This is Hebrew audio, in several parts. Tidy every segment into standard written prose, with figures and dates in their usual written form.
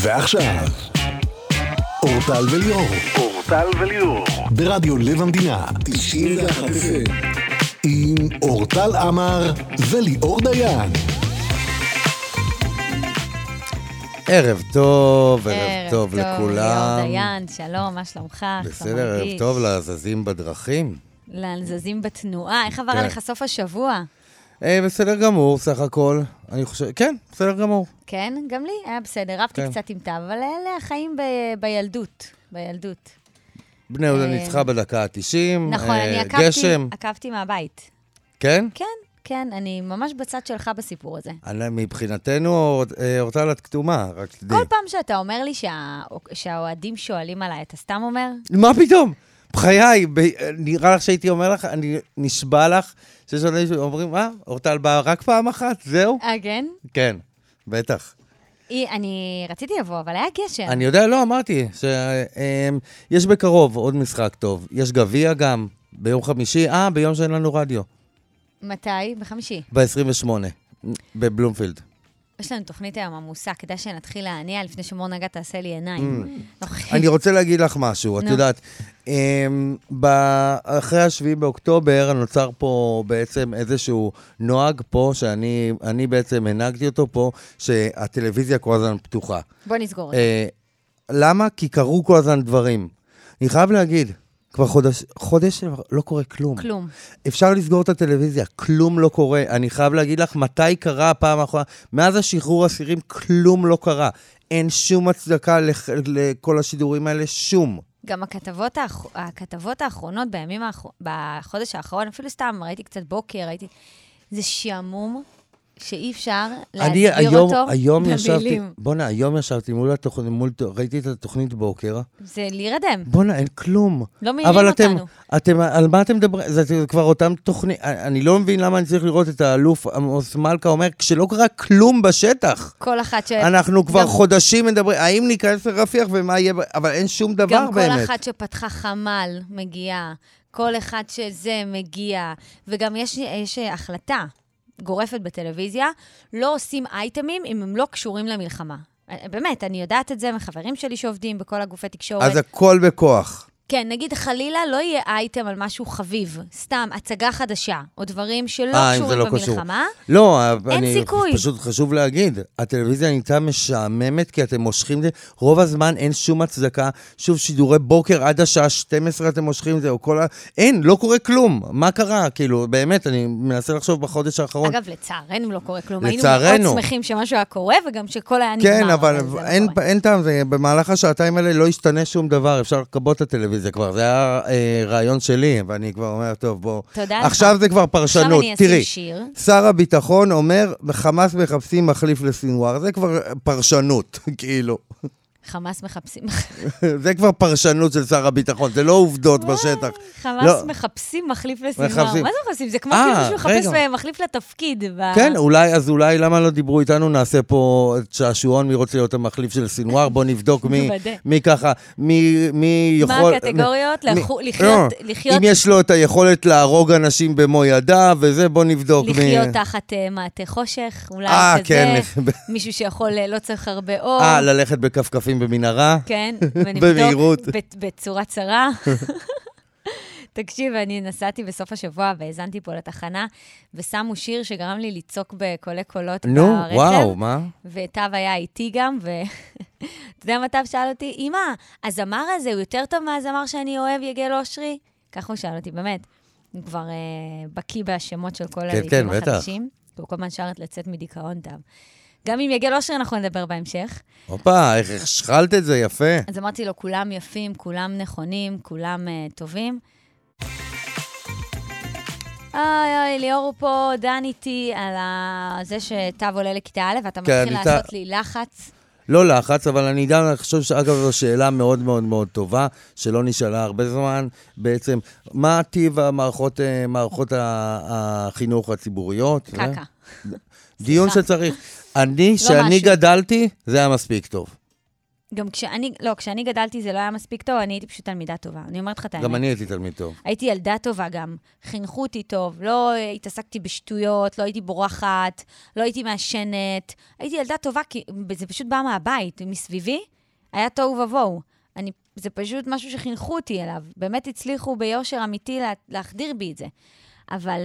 ועכשיו, אורטל וליאור. אורטל וליאור. ברדיו לב המדינה. 91 FM. עם אורטל עמר וליאור דיין. ערב טוב לכולם. ליאור דיין, שלום, מה שלומך? בסדר, ערב טוב לזזים בדרכים. לזזים בתנועה, איך עבר עליך סוף השבוע? בסדר גמור, סך הכל. אני חושב, כן, בסדר גמור. כן, גם לי היה בסדר, רבתי קצת עם תו, אבל אלה החיים בילדות. בני יהודה ניצחה בדקה ה-90, נכון, אני עקבתי מהבית. כן? כן, אני ממש בצד שלך בסיפור הזה. מבחינתנו, אורטל את כתומה, רק תדעי. כל פעם שאתה אומר לי שהאוהדים שואלים עליי, אתה סתם אומר? מה פתאום? בחיי, נראה לך שהייתי אומר לך, אני נשבע לך, שיש אנשים שאומרים, אורטל באה רק פעם אחת, זהו? כן? כן, בטח. אני רציתי לבוא, אבל היה גשם. אני יודע, לא, אמרתי, שיש בקרוב עוד משחק טוב. יש גביע גם, ביום חמישי, ביום שאין לנו רדיו. מתי? בחמישי. ב-28, בבלומפילד. יש לנו תוכנית היום עמוסה, כדאי שנתחיל להניע לפני שמור נגע תעשה לי עיניים. אני רוצה להגיד לך משהו, את יודעת, אחרי השביעי באוקטובר נוצר פה בעצם איזשהו נוהג פה, שאני בעצם הנהגתי אותו פה, שהטלוויזיה כל הזמן פתוחה. בוא נסגור את זה. למה? כי קרו כל הזמן דברים. אני חייב להגיד, כבר חודש לא קורה כלום. כלום. אפשר לסגור את הטלוויזיה, כלום לא קורה. אני חייב להגיד לך, מתי קרה הפעם האחרונה? מאז השחרור האסירים, כלום לא קרה. אין שום הצדקה לכל השידורים האלה, שום. גם הכתבות האחרונות בחודש האחרון, אפילו סתם, ראיתי קצת בוקר, זה שעמום שאי אפשר להסביר אותו במילים. בונה, היום ישבתי ראיתי את התוכנית בוקר. זה להירדם. בונה, אין כלום. לא מעירים אותנו. על מה אתם מדברים? זה כבר אותם תוכנית. אני לא מבין למה אני צריך לראות את האלוף עמוס מלכה אומר, כשלא קרה כלום בשטח. כל אחת אנחנו כבר חודשים מדברים, האם ניכנס לרפיח ומה יהיה, אבל אין שום דבר באמת. גם כל אחת שפתחה חמ"ל מגיעה, כל אחד שזה מגיע, וגם יש החלטה גורפת בטלוויזיה, לא עושים אייטמים אם הם לא קשורים למלחמה. באמת, אני יודעת את זה מחברים שלי שעובדים בכל הגופי תקשורת. אז הכל בכוח. כן, נגיד חלילה לא יהיה אייטם על משהו חביב, סתם הצגה חדשה, או דברים שלא קשורים במלחמה. לא, אין סיכוי. פשוט חשוב להגיד, הטלוויזיה נהייתה משעממת, כי אתם מושכים את זה, רוב הזמן אין שום הצדקה, שוב שידורי בוקר עד השעה 12 אתם מושכים את זה, אין, לא קורה כלום. מה קרה? כאילו, באמת, אני מנסה לחשוב בחודש האחרון. אגב, לצערנו לא קורה כלום. לצערנו. היינו מאוד שמחים שמשהו היה קורה, וגם שכל היה נגמר. כן, אבל אין טעם, במהלך השעתיים האלה לא ישתנה שום דבר, אפשר לקבות את הטלוויזיה כבר, זה היה רעיון שלי, ואני כבר אומר, טוב, בוא. עכשיו זה כבר פרשנות. תראי, שר הביטחון אומר, חמאס מחפשים מחליף לסינואר, זה כבר פרשנות, כאילו. חמאס מחפשים. זה כבר פרשנות של שר הביטחון, זה לא עובדות בשטח. חמאס מחפשים מחליף לסינואר. מה זה מחפשים? זה כמו כאילו שהוא מחפש מחליף לתפקיד. כן, אולי למה לא דיברו איתנו, נעשה פה שעשועון, מי רוצה להיות המחליף של סינואר, בוא נבדוק מי ככה, מי יכול... מה הקטגוריות? לחיות... אם יש לו את היכולת להרוג אנשים במו ידיו, וזה, בוא נבדוק מי... לחיות תחת מעטה חושך, אולי כזה, מישהו שיכול, לא צריך הרבה אור. ללכת בכפכפים במנהרה. כן, במהירות. בצורה צרה. תקשיב, אני נסעתי בסוף השבוע והזנתי פה לתחנה, ושמו שיר שגרם לי לצעוק בקולי קולות ברכב. נו, וואו, מה? וטב היה איתי גם, אתה יודע מה טב שאל אותי? אמא, הזמר הזה הוא יותר טוב מהזמר שאני אוהב, יגל אושרי? ככה הוא שאל אותי, באמת. הוא כבר בקיא בשמות של כל הליטים החדשים. הוא כל הזמן שרת לצאת מדיכאון טב. גם עם יגל אושרי אנחנו נדבר בהמשך. הופה, איך שכלת את זה יפה. אז אמרתי לו, כולם יפים, כולם נכונים, כולם טובים. ליאור פה דן איתי על זה שטב עולה לכיתה א', ואתה מתחיל לעשות לי לחץ. לא לחץ, אבל אני חושב שאגב זו שאלה מאוד מאוד מאוד טובה, שלא נשאלה הרבה זמן. בעצם, מה טיב מערכות החינוך הציבוריות? קקה. דיון שצריך. שאני גדלתי, זה היה מספיק טוב. גם כשאני גדלתי זה לא היה מספיק טוב, אני הייתי פשוט תלמידה טובה. אני אומרת לך את האמת. גם אני הייתי תלמיד טוב. הייתי ילדה טובה גם. חינכו אותי טוב, לא התעסקתי בשטויות, לא הייתי בורחת, לא הייתי מעשנת. הייתי ילדה טובה, כי זה פשוט בא מהבית, מסביבי, היה תוהו ובוהו. זה פשוט משהו שחינכו אותי אליו. באמת הצליחו ביושר אמיתי להחדיר בי את זה. אבל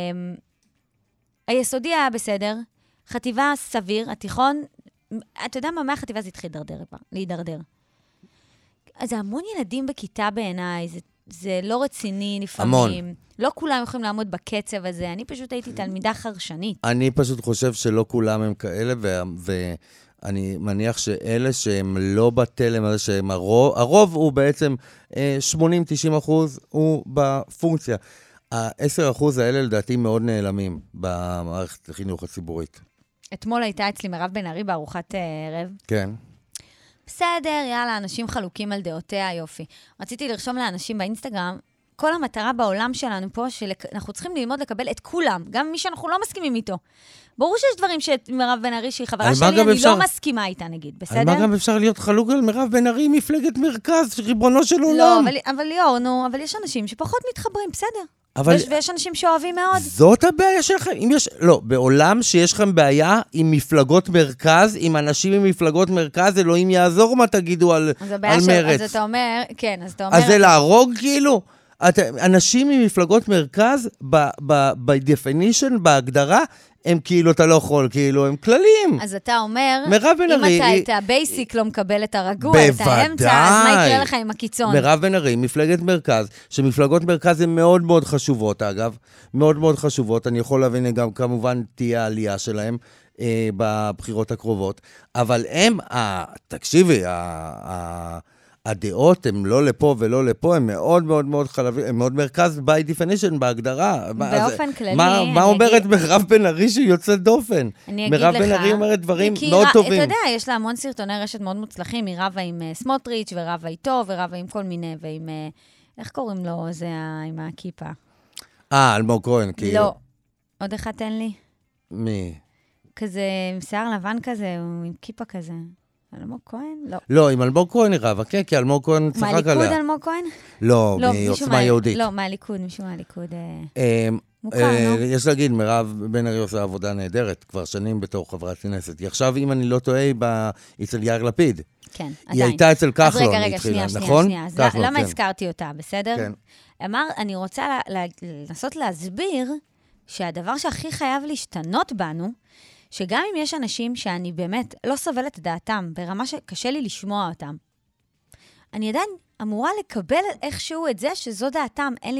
היסודי היה בסדר, חטיבה סביר, התיכון, אתה יודע מה, מהחטיבה זה התחיל להידרדר. אז המון ילדים בכיתה בעיניי, זה לא רציני לפעמים. המון. לא כולם יכולים לעמוד בקצב הזה, אני פשוט הייתי תלמידה חרשנית. אני פשוט חושב שלא כולם הם כאלה, ואני מניח שאלה שהם לא בתלם הזה, שהם הרוב הוא בעצם 80-90% הוא בפונקציה. ה-10% האלה לדעתי מאוד נעלמים במערכת החינוך הציבורית. אתמול הייתה אצלי מירב בן ארי בארוחת ערב. כן. בסדר, יאללה, אנשים חלוקים על דעותיה, יופי. רציתי לרשום לאנשים באינסטגרם, כל המטרה בעולם שלנו פה, שאנחנו צריכים ללמוד לקבל את כולם, גם מי שאנחנו לא מסכימים איתו. ברור שיש דברים שמירב בן ארי, שהיא חברה שלי, אני לא מסכימה איתה, נגיד, בסדר? על מה גם אפשר להיות חלוק על מירב בן ארי, מפלגת מרכז, ריבונו של עולם? לא, אבל ליאור, נו, אבל יש אנשים שפחות מתחברים, בסדר. ויש אנשים שאוהבים מאוד. זאת הבעיה שלכם. לא, בעולם שיש לכם בעיה עם מפלגות מרכז, עם אנשים עם מפלגות מרכז, אלוהים יעזור מה תגידו על מרץ. אז אתה אומר, כן, אז זה להרוג כאילו? אנשים עם מפלגות מרכז, ב-definition, בהגדרה, הם כאילו, אתה לא יכול, כאילו, הם כלליים. אז אתה אומר, אם אתה את הבייסיק לא מקבל את הרגוע, את האמצע, אז מה יקרה לך עם הקיצון? מירב בן ארי, מפלגת מרכז, שמפלגות מרכז הן מאוד מאוד חשובות, אגב, מאוד מאוד חשובות, אני יכול להבין גם, כמובן, תהיה העלייה שלהם בבחירות הקרובות, אבל הם, תקשיבי, הדעות הן לא לפה ולא לפה, הן מאוד מאוד מאוד חלבים, הן מאוד מרכז by definition, בהגדרה. באופן כללי. מה אומרת מירב בן ארי שהיא יוצאת דופן? אני אגיד לך. מירב בן ארי אומרת דברים מאוד טובים. אתה יודע, יש לה המון סרטוני רשת מאוד מוצלחים, היא רבה עם סמוטריץ' ורבה איתו, ורבה עם כל מיני, ועם, איך קוראים לו? זה עם הכיפה. אלמוג כהן, כאילו. לא. עוד אחד תן לי. מי? כזה, עם שיער לבן כזה, עם כיפה כזה. אלמוג כהן? לא. לא, עם אלמוג כהן היא רבה, כן, כי אלמוג כהן צחק עליה. מהליכוד אלמוג כהן? לא, מעוצמה יהודית. לא, מהליכוד, מישהו מהליכוד מוכר, נו. יש להגיד, מירב בן ארי עושה עבודה נהדרת, כבר שנים בתור חברת כנסת. היא עכשיו, אם אני לא טועה, היא אצל יאיר לפיד. כן, עדיין. היא הייתה אצל כחלון, היא התחילה, נכון? אז למה הזכרתי אותה, בסדר? כן. אני רוצה לנסות להסביר שהדבר שהכי חייב להשתנות בנו, שגם אם יש אנשים שאני באמת לא סובלת את דעתם, ברמה שקשה לי לשמוע אותם, אני עדיין אמורה לקבל איכשהו את זה שזו דעתם, אין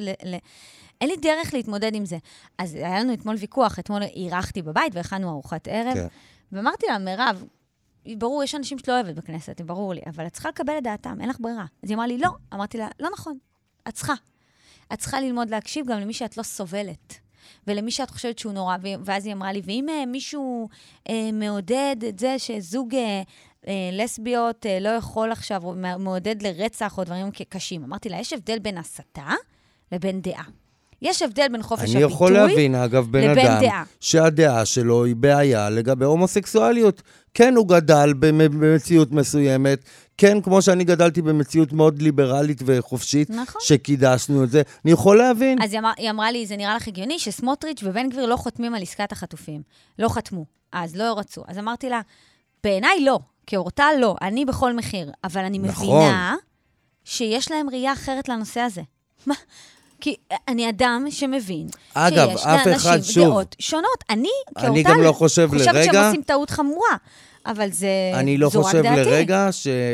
לי דרך להתמודד עם זה. אז היה לנו אתמול ויכוח, אתמול אירחתי בבית והכנו ארוחת ערב, ואמרתי לה, מירב, ברור, יש אנשים שלא אוהבת בכנסת, ברור לי, אבל את צריכה לקבל את דעתם, אין לך ברירה. אז היא אמרה לי, לא. אמרתי לה, לא נכון, את צריכה. את צריכה ללמוד להקשיב גם למי שאת לא סובלת. ולמי שאת חושבת שהוא נורא, ואז היא אמרה לי, ואם מישהו מעודד את זה שזוג לסביות לא יכול עכשיו, או מעודד לרצח או דברים קשים, אמרתי לה, יש הבדל בין הסתה לבין דעה. יש הבדל בין חופש הביטוי אני יכול להבין, אגב, בן אדם, שהדעה שלו היא בעיה לגבי הומוסקסואליות. כן, הוא גדל במציאות מסוימת, כן, כמו שאני גדלתי במציאות מאוד ליברלית וחופשית, נכון. שקידשנו את זה, אני יכול להבין. אז היא אמרה לי, זה נראה לך הגיוני שסמוטריץ' ובן גביר לא חותמים על עסקת החטופים. לא חתמו, אז לא רצו. אז אמרתי לה, בעיניי לא, כאורטל לא, אני בכל מחיר, אבל אני מבינה שיש להם ראייה אחרת לנושא הזה. מה? כי אני אדם שמבין אגב, שיש לאנשים דעות שונות. אני כאורטל לא חושבת שהם עושים טעות חמורה, אבל זו רק דעתי. אני לא חושב לרגע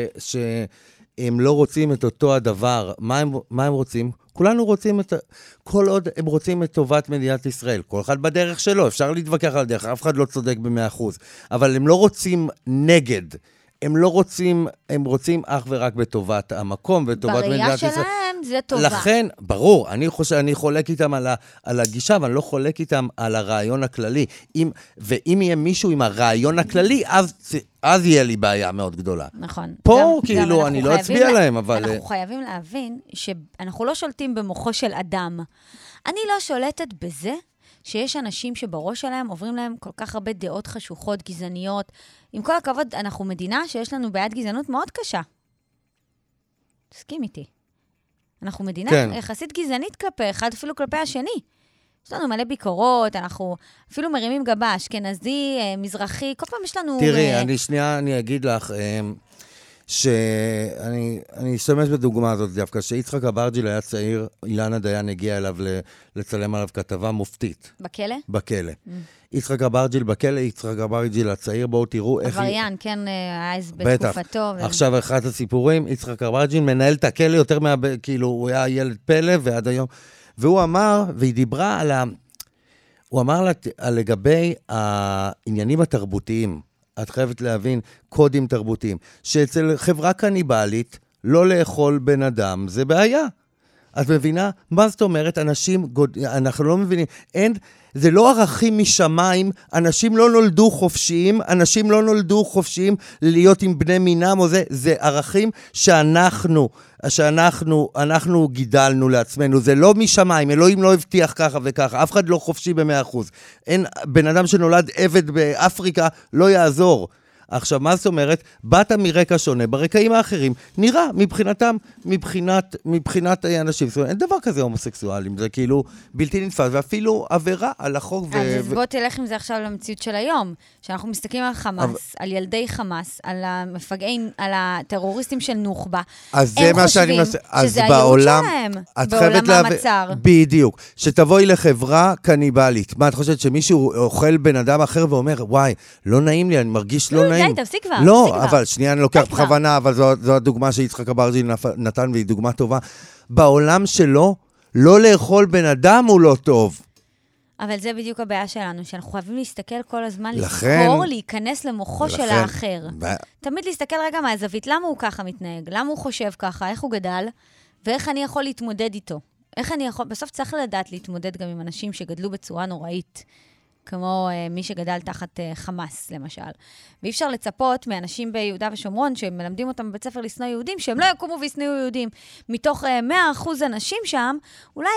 שהם לא רוצים את אותו הדבר. מה הם רוצים? כולנו רוצים כל עוד הם רוצים את טובת מדינת ישראל. כל אחד בדרך שלו, אפשר להתווכח על דרך, אף אחד לא צודק ב100%. אבל הם לא רוצים נגד. הם לא רוצים, הם רוצים אך ורק בטובת המקום, וטובת מדינת ישראל. בראייה שלהם זה טובה. לכן, ברור, אני חולק איתם על הגישה, אבל אני לא חולק איתם על הרעיון הכללי. ואם יהיה מישהו עם הרעיון הכללי, אז יהיה לי בעיה מאוד גדולה. נכון. פה, כאילו, אני לא אצביע להם, אבל אנחנו חייבים להבין שאנחנו לא שולטים במוחו של אדם. אני לא שולטת בזה שיש אנשים שבראש שלהם עוברים להם כל כך הרבה דעות חשוכות, גזעניות. עם כל הכבוד, אנחנו מדינה שיש לנו בעיית גזענות מאוד קשה. תסכים איתי. אנחנו מדינה יחסית גזענית כלפי אחד, אפילו כלפי השני. יש לנו מלא ביקורות, אנחנו אפילו מרימים גבה, אשכנזי, מזרחי, כל פעם יש לנו... תראי, אני אגיד לך, שאני אשתמש בדוגמה הזאת דווקא, שיצחק אברג'יל היה צעיר, אילנה דיין הגיע אליו לצלם עליו כתבה מופתית. בכלא? בכלא. יצחק אברג'יל בכלא, יצחק אברג'יל הצעיר, בואו תראו איך... עבריין, כן, היה בתקופתו. עכשיו, אחד הסיפורים, יצחק אברג'יל מנהל את הכלא יותר כאילו, הוא היה ילד פלא ועד היום... והוא אמר, והיא דיברה הוא אמר לגבי העניינים התרבותיים, את חייבת להבין, קודים תרבותיים, שאצל חברה קניבלית, לא לאכול בן אדם, זה בעיה. את מבינה? מה זאת אומרת? אנחנו לא מבינים, זה לא ערכים משמיים, אנשים לא נולדו חופשיים, להיות עם בני מינם, זה ערכים שאנחנו גידלנו לעצמנו, זה לא משמיים, אלוהים לא הבטיח ככה וככה, אף אחד לא חופשי ב100%. אין, בן אדם שנולד עבד באפריקה לא יעזור. עכשיו, מה זאת אומרת? באת מרקע שונה, ברקעים האחרים, נראה מבחינת אנשים, זאת אומרת, אין דבר כזה הומוסקסואלים, זה כאילו בלתי נתפס, ואפילו עבירה על החוק. אז בוא תלך עם זה עכשיו למציאות של היום, שאנחנו מסתכלים על חמאס, על ילדי חמאס, על המפגעים, על הטרוריסטים של נוח'בה, הם חושבים שזה הייעוד שלהם, בעולם המצר. בדיוק, שתבואי לחברה קניבלית, מה את חושבת שמישהו אוכל בן אדם אחר ואומר, וואי, לא נעים לי, אני מרגיש לא נעים. די, תפסיק כבר. לא, אבל שנייה, אני לוקח בכוונה, אבל זו הדוגמה שיצחק אברג'יל נתן, והיא דוגמה טובה. בעולם שלו, לא לאכול בן אדם הוא לא טוב. אבל זה בדיוק הבעיה שלנו, שאנחנו חייבים להסתכל כל הזמן, לזכור, להיכנס למוחו של האחר. תמיד להסתכל רגע מהזווית, למה הוא ככה מתנהג? למה הוא חושב ככה? איך הוא גדל? ואיך אני יכול להתמודד איתו? בסוף צריך לדעת להתמודד גם עם אנשים שגדלו בצורה נוראית. כמו מי שגדל תחת חמאס, למשל. ואי אפשר לצפות מאנשים ביהודה ושומרון, שמלמדים אותם בבית ספר לשנוא יהודים, שהם לא יקומו וישנאו יהודים. מתוך 100% אנשים שם, אולי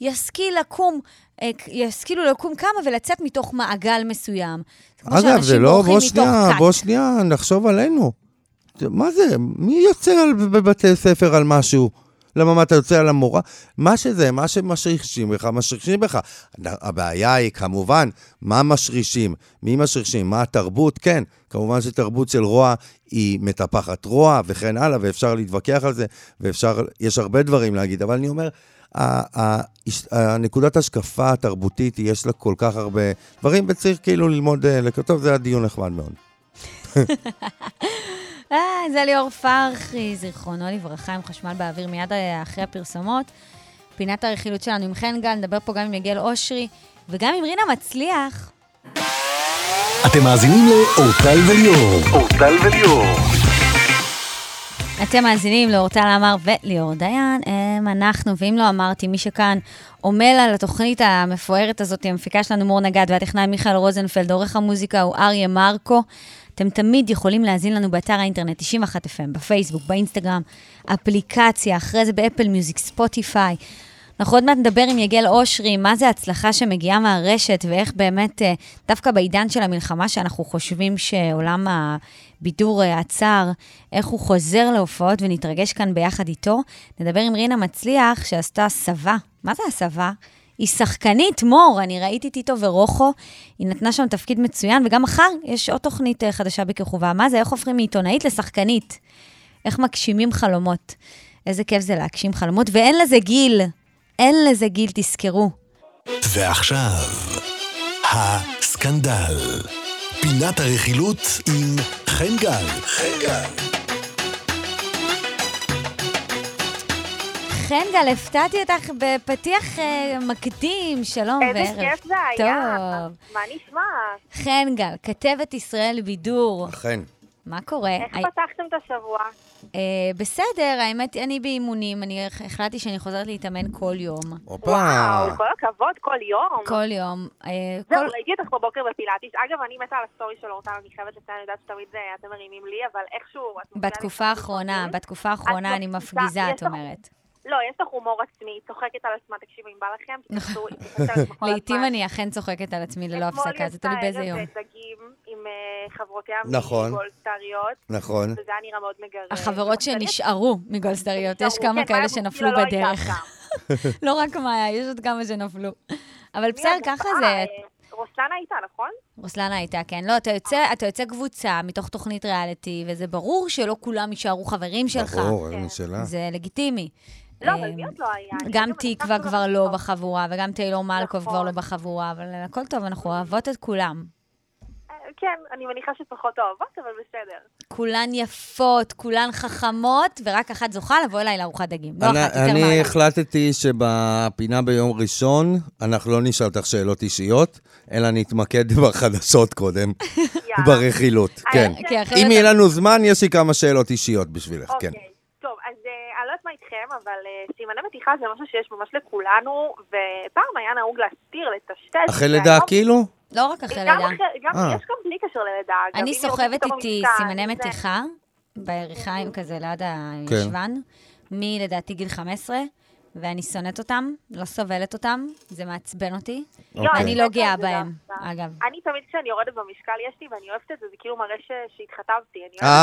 ישכילו לקום כמה ולצאת מתוך מעגל מסוים. אגב, זה לא, בוא שנייה, נחשוב עלינו. מה זה? מי יוצא בבתי ספר על משהו? למה מה אתה יוצא על המורה? מה שזה, מה שמשרישים בך. הבעיה היא כמובן, מה משרישים? מי משרישים? מה התרבות? כן, כמובן שתרבות של רוע היא מטפחת רוע וכן הלאה, ואפשר להתווכח על זה, יש הרבה דברים להגיד, אבל אני אומר, הנקודת השקפה התרבותית, יש לה כל כך הרבה דברים, וצריך כאילו ללמוד, טוב, זה הדיון נחמד מאוד. זה ליאור פרחי, זיכרונו לברכה, עם חשמל באוויר מיד אחרי הפרסומות. פינת הרכילות שלנו עם חן גל, נדבר פה גם עם יגל אושרי, וגם עם רינה מצליח. אתם מאזינים לאורטל וליאור. אתם מאזינים לאורטל עמר וליאור דיין, אנחנו, ואם לא אמרתי, מי שכאן עומל על התוכנית המפוארת הזאת, המפיקה שלנו מור נגד, והטכנאי מיכאל רוזנפלד, עורך המוזיקה הוא אריה מרקו. אתם תמיד יכולים להזין לנו באתר האינטרנט 91 FM, בפייסבוק, באינסטגרם, אפליקציה, אחרי זה באפל מיוזיק, ספוטיפיי. אנחנו עוד מעט נדבר עם יגל אושרי, מה זה הצלחה שמגיעה מהרשת, ואיך באמת, דווקא בעידן של המלחמה, שאנחנו חושבים שעולם הבידור עצר, איך הוא חוזר להופעות ונתרגש כאן ביחד איתו. נדבר עם רינה מצליח, שעשתה סבה. מה זה הסבה? היא שחקנית, מור, אני ראיתי טיטו ורוחו, היא נתנה שם תפקיד מצוין, וגם מחר יש עוד תוכנית חדשה בכיכובה. מה זה? איך הופכים מעיתונאית לשחקנית? איך מגשימים חלומות? איזה כיף זה להגשים חלומות, ואין לזה גיל. אין לזה גיל, תזכרו. ועכשיו, הסקנדל. פינת הרכילות עם חן גל. חן גל, הפתעתי אותך בפתיח מקדים, שלום וערב. איזה כיף זה היה. טוב. מה נשמע? חן גל, כתבת ישראל בידור. חן. מה קורה? איך פתחתם את השבוע? בסדר, האמת, אני באימונים, אני החלטתי שאני חוזרת להתאמן כל יום. וואו, כל הכבוד, כל יום. כל יום. זהו, ראיתי אותך בבוקר בפילאטיס. אגב, אני מתה על הסטורי של אורטל, אני חייבת לציין, אני יודעת שתמיד אתם מרימים לי, אבל איכשהו... בתקופה האחרונה אני מפגיזה, את אומרת. לא, יש לך הומור עצמי, צוחקת על עצמה, תקשיבו, אם בא לכם, תנסו... לעתים אני אכן צוחקת על עצמי ללא הפסקה, זה תלוי באיזה יום. אתמול יצא ערב דגים עם חברותיה מגולדסטריות. נכון. וזה היה נראה מאוד מגרד. החברות שנשארו מגולדסטריות, יש כמה כאלה שנפלו בדרך. לא רק מאיה, יש עוד כמה שנפלו. אבל בסדר, ככה זה... רוסלנה הייתה, נכון? רוסלנה הייתה, כן. לא, אתה יוצא קבוצה מתוך תוכנית ריאליטי, וזה ברור שלא כולם יישארו חברים שלך. ברור, אין שאלה. זה לגיטימי. לא, אבל מי עוד לא היה? גם תקווה כבר לא בחבורה, וגם טיילור מלקוב כבר לא בחבורה, אבל הכל טוב, אנחנו אוהבות את כולם. כן, אני מניחה שפחות אוהבות, אבל בסדר. כולן יפות, כולן חכמות, ורק אחת זוכה לבוא אליי לארוחת דגים. אני החלטתי שבפינה ביום ראשון, אנחנו לא נשאל אותך שאלות אישיות, אלא נתמקד בחדשות קודם, ברכילות, כן. אם יהיה לנו זמן, יש לי כמה שאלות אישיות בשבילך, כן. טוב, אז אני לא יודעת מה איתכם, אבל סימני מתיחה זה משהו שיש ממש לכולנו, ופעם היה נהוג להסתיר, לטשטש. אחרי לידה כאילו? לא רק אחרי לידה. יש גם בלי קשר ללידה. אני סוחבת איתי סימני מתיחה, בעריכיים כזה ליד הישבן, לדעתי גיל 15, ואני שונאת אותם, לא סובלת אותם, זה מעצבן אותי, ואני לא גאה בהם, אגב. אני תמיד כשאני יורדת במשקל יש לי, ואני אוהבת את זה, זה כאילו מראה שהתחתבתי.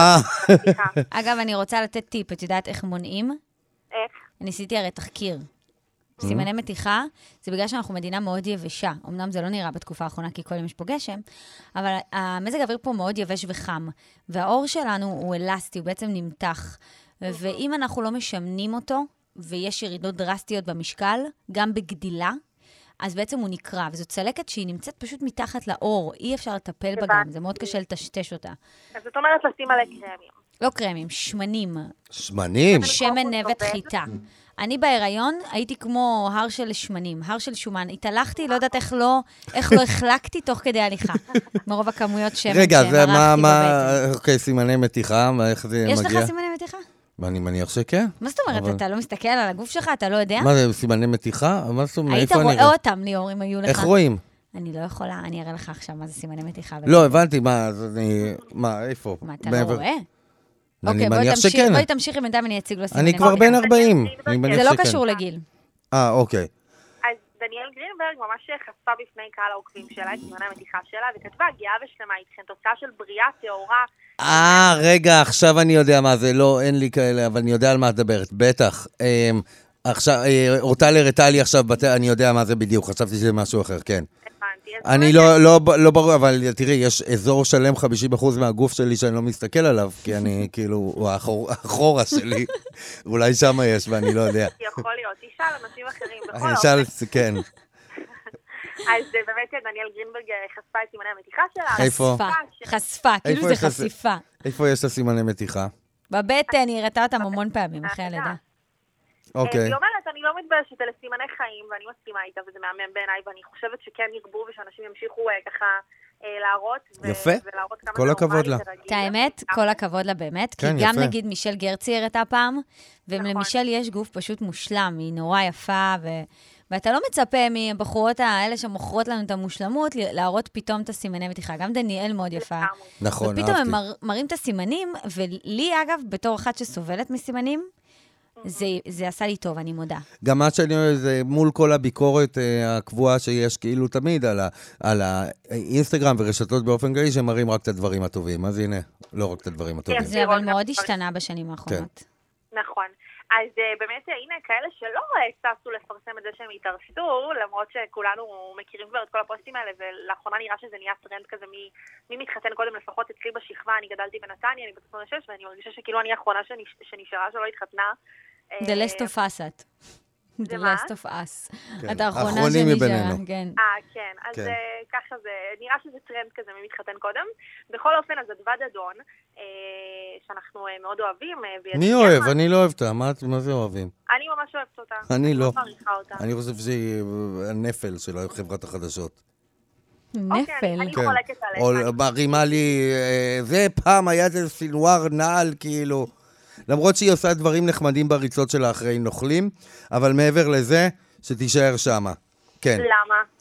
אגב, אני רוצה לתת טיפ, את יודעת איך מונעים? איך? אני עשיתי הרי תחקיר. סימני מתיחה, זה בגלל שאנחנו מדינה מאוד יבשה. אמנם זה לא נראה בתקופה האחרונה, כי כל יום יש פה גשם, אבל המזג האוויר פה מאוד יבש וחם, והאור שלנו הוא אלסטי, הוא בעצם נמתח. ואם אנחנו לא משמנים אותו, ויש ירידות דרסטיות במשקל, גם בגדילה, אז בעצם הוא נקרא, וזו צלקת שהיא נמצאת פשוט מתחת לאור, אי אפשר לטפל בה גם, זה מאוד קשה לטשטש אותה. אז זאת אומרת לשים עלי קרמים. לא קרמים, שמנים. שמנים? שמן נבט חיטה. אני בהיריון הייתי כמו הר של שמנים, הר של שומן. התהלכתי, לא יודעת איך לא החלקתי תוך כדי הליכה. מרוב הכמויות שמן רגע, זה מה, אוקיי, סימני מתיחה, איך זה מגיע? יש לך סימני מתיחה? אני מניח שכן. מה זאת אומרת? אתה לא מסתכל על הגוף שלך? אתה לא יודע? מה זה, סימני מתיחה? מה זאת אומרת? היית רואה אותם, ליאור, אם היו לך. איך רואים? אני לא יכולה, אני אראה לך עכשיו מה זה סימני מתיחה. לא, הבנתי, מה, איפה? מה, אתה לא רואה? אני מניח שכן. בואי תמשיכי בינתיים, אני אציג לו סימני מתיחה. אני כבר בן 40. זה לא קשור לגיל. אוקיי. אז דניאל גרינברג ממש חשפה בפני קהל העוקבים שלה את סימני המתיחה שלה, וכתבה גאה ושלמה איתכן, תוצאה של בריאה טהורה. רגע, עכשיו אני יודע מה זה, לא, אין לי כאלה, אבל אני יודע על מה את מדברת, בטח. עכשיו, רוטל הראתה לי עכשיו, אני יודע מה זה בדיוק, חשבתי שזה משהו אחר, כן. אני לא ברור, אבל תראי, יש אזור שלם 50% מהגוף שלי שאני לא מסתכל עליו, כי אני כאילו, הוא האחורה שלי, אולי שם יש, ואני לא יודע. יכול להיות, תשאל אנשים אחרים, בכל האופן. כן. אז באמת דניאל גרינברג חשפה את סימני המתיחה שלה. איפה? חשפה, כאילו זה חשיפה. איפה יש לה סימני מתיחה? בבטן, היא הראתה אותם המון פעמים אחרי הלידה. אוקיי. היא אומרת, אני לא מתביישת על סימני חיים, ואני מסכימה איתה, וזה מהמם בעיניי, ואני חושבת שכן ירבו, ושאנשים ימשיכו ככה להראות. יפה, כל הכבוד לה. את האמת, כל הכבוד לה באמת, כי גם נגיד מישל גרצי הראתה פעם, ולמישל יש גוף פשוט מושלם, היא נורא יפה, ואתה לא מצפה מבחורות האלה שמוכרות לנו את המושלמות, להראות פתאום את הסימני מתיחה. גם דניאל מאוד יפה. נכון, אהבתי. ופתאום הם מראים את הסימנים, ולי אגב, בתור אחת שסובלת מסימנים, זה עשה לי טוב, אני מודה. גם מה שאני אומר, זה מול כל הביקורת הקבועה שיש כאילו תמיד על האינסטגרם ורשתות באופן כללי, שמראים רק את הדברים הטובים. אז הנה, לא רק את הדברים הטובים. זה אבל מאוד השתנה בשנים האחרונות. נכון. אז באמת, הנה, כאלה שלא ששו לפרסם את זה שהם התארסו, למרות שכולנו מכירים כבר את כל הפוסטים האלה, ולאחרונה נראה שזה נהיה טרנד כזה, מי מתחתן קודם, לפחות אצלי בשכבה, אני גדלתי בנתניה, אני בת 26, ואני מרגישה שכאילו אני האחרונה שנשארה שלא התחתנה. The last of us את. The last of us. את האחרונה האחרונים מביננו. כן. כן, אז ככה זה, נראה שזה טרנד כזה, מי מתחתן קודם. בכל אופן, אז אדווה דדון, שאנחנו מאוד אוהבים. מי אוהב? אני לא אוהבת. מה זה אוהבים? אני ממש אוהבת אותה. אני לא. אני חושב שהיא הנפל של חברת החדשות. נפל. אני חולקת עליך. או מרימה לי, זה פעם היה איזה סינואר נעל כאילו. למרות שהיא עושה דברים נחמדים בריצות שלה אחרי נוכלים, אבל מעבר לזה, שתישאר שמה. כן. למה?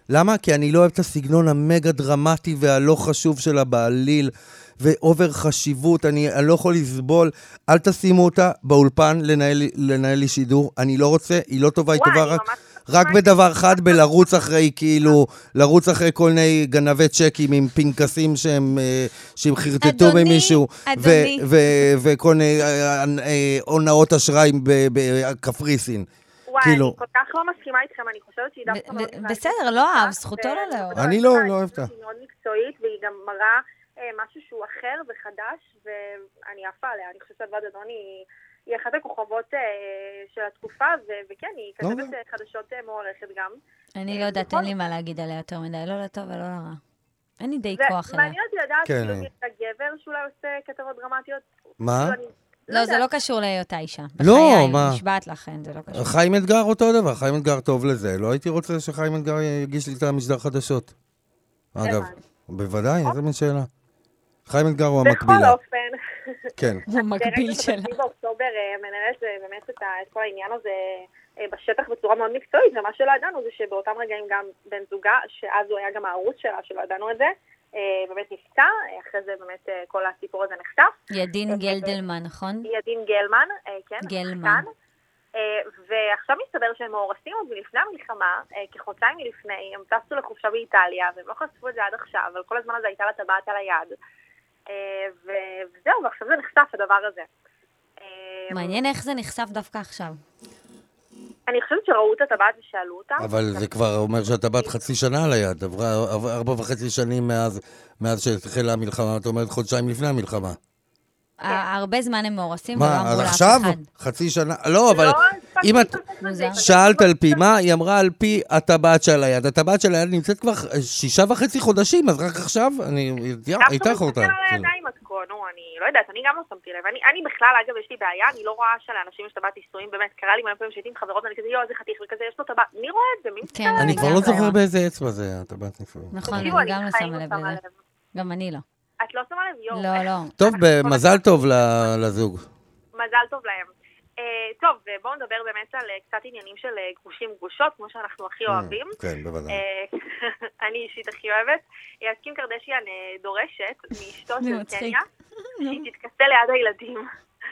למה? כי אני לא אוהב את הסגנון המגה דרמטי והלא חשוב של הבעליל, ואובר חשיבות, אני לא יכול לסבול, אל תשימו אותה באולפן לנהל לי שידור, אני לא רוצה, היא לא טובה, היא טובה רק בדבר אחד, בלרוץ אחרי, כאילו, לרוץ אחרי כל מיני גנבי צ'קים עם פנקסים שהם חרטטו במישהו, וכל מיני עונאות אשראי בקפריסין. וואי, אני כל כך לא מסכימה איתכם, אני חושבת שהיא דווקא מאוד... בסדר, לא אהב, זכותו לא לאהוב. אני לא אוהבת. היא מאוד מקצועית, והיא גם מראה משהו שהוא אחר וחדש, ואני עפה עליה. אני חושבת שעדווה דדון היא אחת הכוכבות של התקופה, וכן, היא כתבת חדשות מוערכת גם. אני לא יודעת, אין לי מה להגיד עליה יותר מדי, לא לטוב ולא לרע. אין לי די כוח עליה. מעניין אותי לדעת, כאילו, יש הגבר שאולי עושה כתבות דרמטיות. מה? לא, זה לא קשור להיותה אישה. לא, מה? נשבעת לכן, זה לא קשור. חיים אתגר אותו דבר, חיים אתגר טוב לזה. לא הייתי רוצה שחיים אתגר יגיש לי את המשדר חדשות. אגב, בוודאי, איזה מין שאלה. חיים אתגר הוא המקבילה. בכל אופן. כן. הוא המקביל שלה. באוקטובר מנהלת באמת את כל העניין הזה בשטח בצורה מאוד מקצועית, ומה שלא ידענו זה שבאותם רגעים גם בן זוגה, שאז הוא היה גם הערוץ שלה, שלא ידענו את זה, באמת נפצע, אחרי זה באמת כל הסיפור הזה נחטף. ידין גלדלמן, נכון? ידין גלמן, כן. גלמן. ועכשיו מסתבר שהם מאורסים עוד מלפני המלחמה, כחודשיים מלפני, הם טסו לחופשה באיטליה, והם לא חשפו את זה עד עכשיו, אבל כל הזמן הזה הייתה לה טבעת על היד. וזהו, ועכשיו זה נחשף הדבר הזה. מעניין איך זה נחשף דווקא עכשיו. אני חושבת שראו את הטבעת ושאלו אותה. אבל זה כבר אומר שהטבעת חצי שנה על היד, עברה 4.5 שנים מאז שהתחילה המלחמה, את אומרת חודשיים לפני המלחמה. הרבה זמן הם מאורסים ולא אמרו אז לאף עכשיו? אחד. חצי שנה? לא, אבל אם את שאלת על פי מה, היא אמרה על פי הטבעת של היד. הטבעת של היד נמצאת כבר 6.5 חודשים, אז רק עכשיו הייתה חורתה. אני לא יודעת, אני גם לא שמתי לב. אני בכלל, אגב, יש לי בעיה, אני לא רואה שלאנשים יש טבעת נישואים, באמת, קרה לי מלא פעמים שהייתי עם חברות, אני כזה, איזה חתיך וכזה, יש לו טבעת, מי רואה את זה? מי מסתכל? אני כבר לא זוכר באיזה אצבע זה הטבעת נישואים. נכון, אני גם לא שמה לב לזה. גם אני לא. את לא שמה לב, יום. לא, לא. טוב, מזל טוב לזוג. מזל טוב להם. טוב, בואו נדבר באמת על קצת עניינים של גרושים גרושות, כמו שאנחנו הכי אוהבים. כן, בוודאי. אני אישית הכי אוהבת. קים קרדשיאן דורשת מאשתו של קניה, שהיא תתכסה ליד הילדים.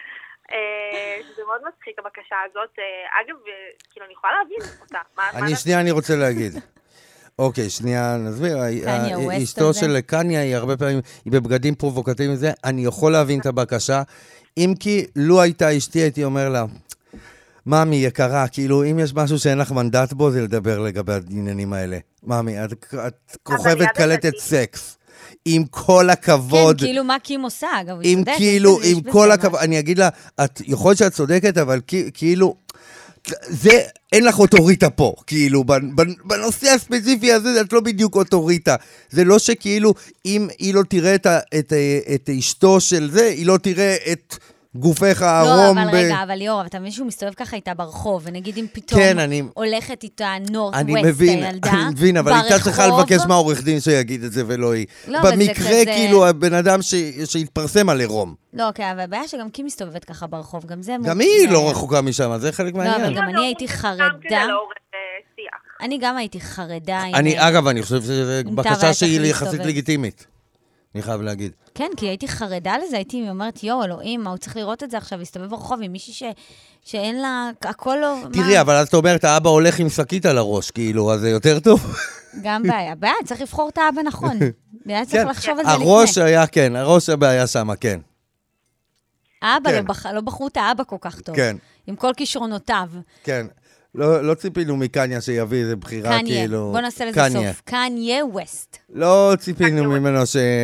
שזה מאוד מצחיק הבקשה הזאת. אגב, כאילו, אני יכולה להבין אותה. אני רוצה להגיד. אוקיי, שנייה, נסביר. אשתו של קניה היא הרבה פעמים, היא בבגדים פרובוקטיביים וזה, אני יכול להבין את הבקשה, אם כי לו הייתה אשתי, הייתי אומר לה, מאמי יקרה, כאילו, אם יש משהו שאין לך מנדט בו, זה לדבר לגבי העניינים האלה. מאמי, את כוכבת קלטת סקס. עם כל הכבוד... כן, כאילו מה קים עושה, אגב, היא צודקת. עם כל הכבוד, אני אגיד לה, יכול להיות שאת צודקת, אבל כאילו... זה, אין לך אוטוריטה פה, כאילו, בנושא הספציפי הזה, את לא בדיוק אוטוריטה. זה לא שכאילו, אם היא לא תראה את אשתו של זה, היא לא תראה את גופך הערום. לא, אבל רגע, אבל ליאור, אתה מבין שהוא מסתובב ככה איתה ברחוב, ונגיד אם פתאום הולכת איתה נורת ווסט הילדה, אני מבין, אבל הייתה צריכה לבקש מהעורך דין שיגיד את זה ולא היא. במקרה, כאילו, הבן אדם שהתפרסם על עירום. לא, אוקיי, אבל הבעיה שגם קים מסתובבת ככה ברחוב, גם זה... גם היא לא רחוקה משם, זה חלק מהעניין. לא, אבל גם אני הייתי חרדה. אני גם הייתי חרדה. אגב, אני חושב שזו בקשה שהיא יחסית לגיטימית. אני חייב להגיד. כן, כי הייתי חרדה לזה, הייתי אומרת, יו, אלוהים, מה הוא צריך לראות את זה עכשיו, להסתובב ברחוב עם מישהי שאין לה, הכל לא... תראי, אבל אז אתה אומרת, האבא הולך עם שקית על הראש, כאילו, אז זה יותר טוב. גם בעיה, צריך לבחור את האבא נכון. היה צריך לחשוב על זה לפני. הראש היה, כן, הראש הבעיה שמה, כן. האבא לא בחרו את האבא כל כך טוב. כן. עם כל כישרונותיו. כן. לא ציפינו מקניה שיביא איזה בחירה כאילו... בוא נעשה לזה סוף. קניה ווסט. לא ציפינו ממנו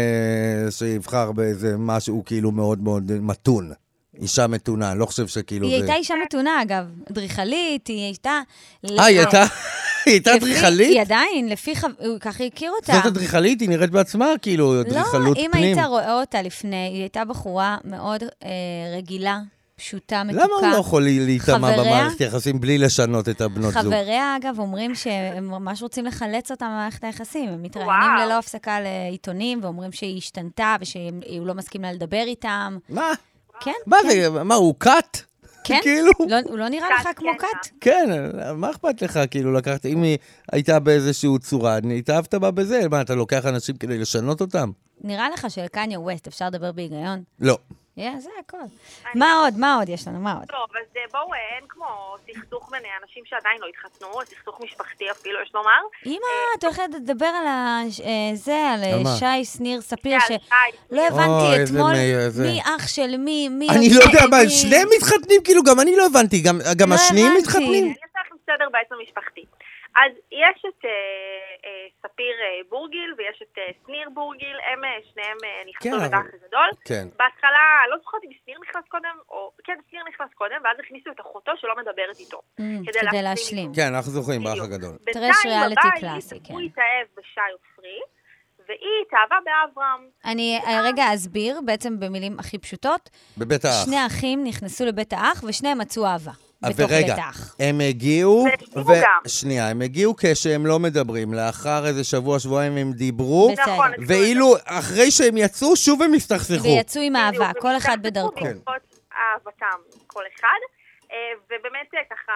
שיבחר באיזה משהו כאילו מאוד מאוד מתון. אישה מתונה, לא חושב שכאילו היא הייתה אישה מתונה, אגב. אדריכלית, היא הייתה... היא הייתה אדריכלית? היא עדיין, ככה הכיר אותה. זאת אדריכלית? היא נראית בעצמה כאילו אדריכלות פנים. לא, אם היית רואה אותה לפני, היא הייתה בחורה מאוד רגילה. פשוטה, מתוקה. למה הוא לא יכול להתאמה במערכת יחסים בלי לשנות את הבנות זוג? חבריה, אגב, אומרים שהם ממש רוצים לחלץ אותה ממערכת היחסים. הם מתראיינים ללא הפסקה לעיתונים, ואומרים שהיא השתנתה, ושהוא לא מסכים לה לדבר איתם. מה? כן. מה זה? מה, הוא קאט? כן? כאילו... הוא לא נראה לך כמו קאט? כן, מה אכפת לך? כאילו, לקחת, אם היא הייתה באיזשהו צורה, התאהבת בה בזה, מה, אתה לוקח אנשים כדי לשנות אותם? נראה לך שלקניה ווסט אפשר לדבר בהיגיון? לא. זה הכל. מה עוד יש לנו? מה עוד? טוב, אז בואו, אין כמו סכסוך בין אנשים שעדיין לא התחתנו, סכסוך משפחתי אפילו, יש לומר. אמא, את הולכת לדבר על זה, על שי שניר ספיר, שלא הבנתי אתמול מי אח של מי, אני לא יודע, מה, שניהם מתחתנים? כאילו, גם אני לא הבנתי, גם השניים מתחתנים? אני אעשה לכם סדר בעצם משפחתי. אז יש את ספיר בורגיל ויש את שניר בורגיל, הם שניהם נכנסו בדח הגדול. בהתחלה, לא זוכרת אם שניר נכנס קודם, או כן, שניר נכנס קודם, ואז הכניסו את אחותו שלא מדברת איתו. כדי להשלים. כן, אנחנו זוכרים באח הגדול. תראה ריאליטי קלאסי, כן. הוא התאהב בשי עופרי, והיא התאהבה באברהם. אני רגע אסביר, בעצם במילים הכי פשוטות. בבית האח. שני אחים נכנסו לבית האח, ושניהם מצאו אהבה. ורגע, הם הגיעו, שנייה, הם הגיעו כשהם לא מדברים, לאחר איזה שבועיים הם דיברו, ואילו אחרי שהם יצאו, שוב הם הסתכסכו. ויצאו עם אהבה, כל אחד בדרכו. אהבתם, כל אחד, ובאמת ככה,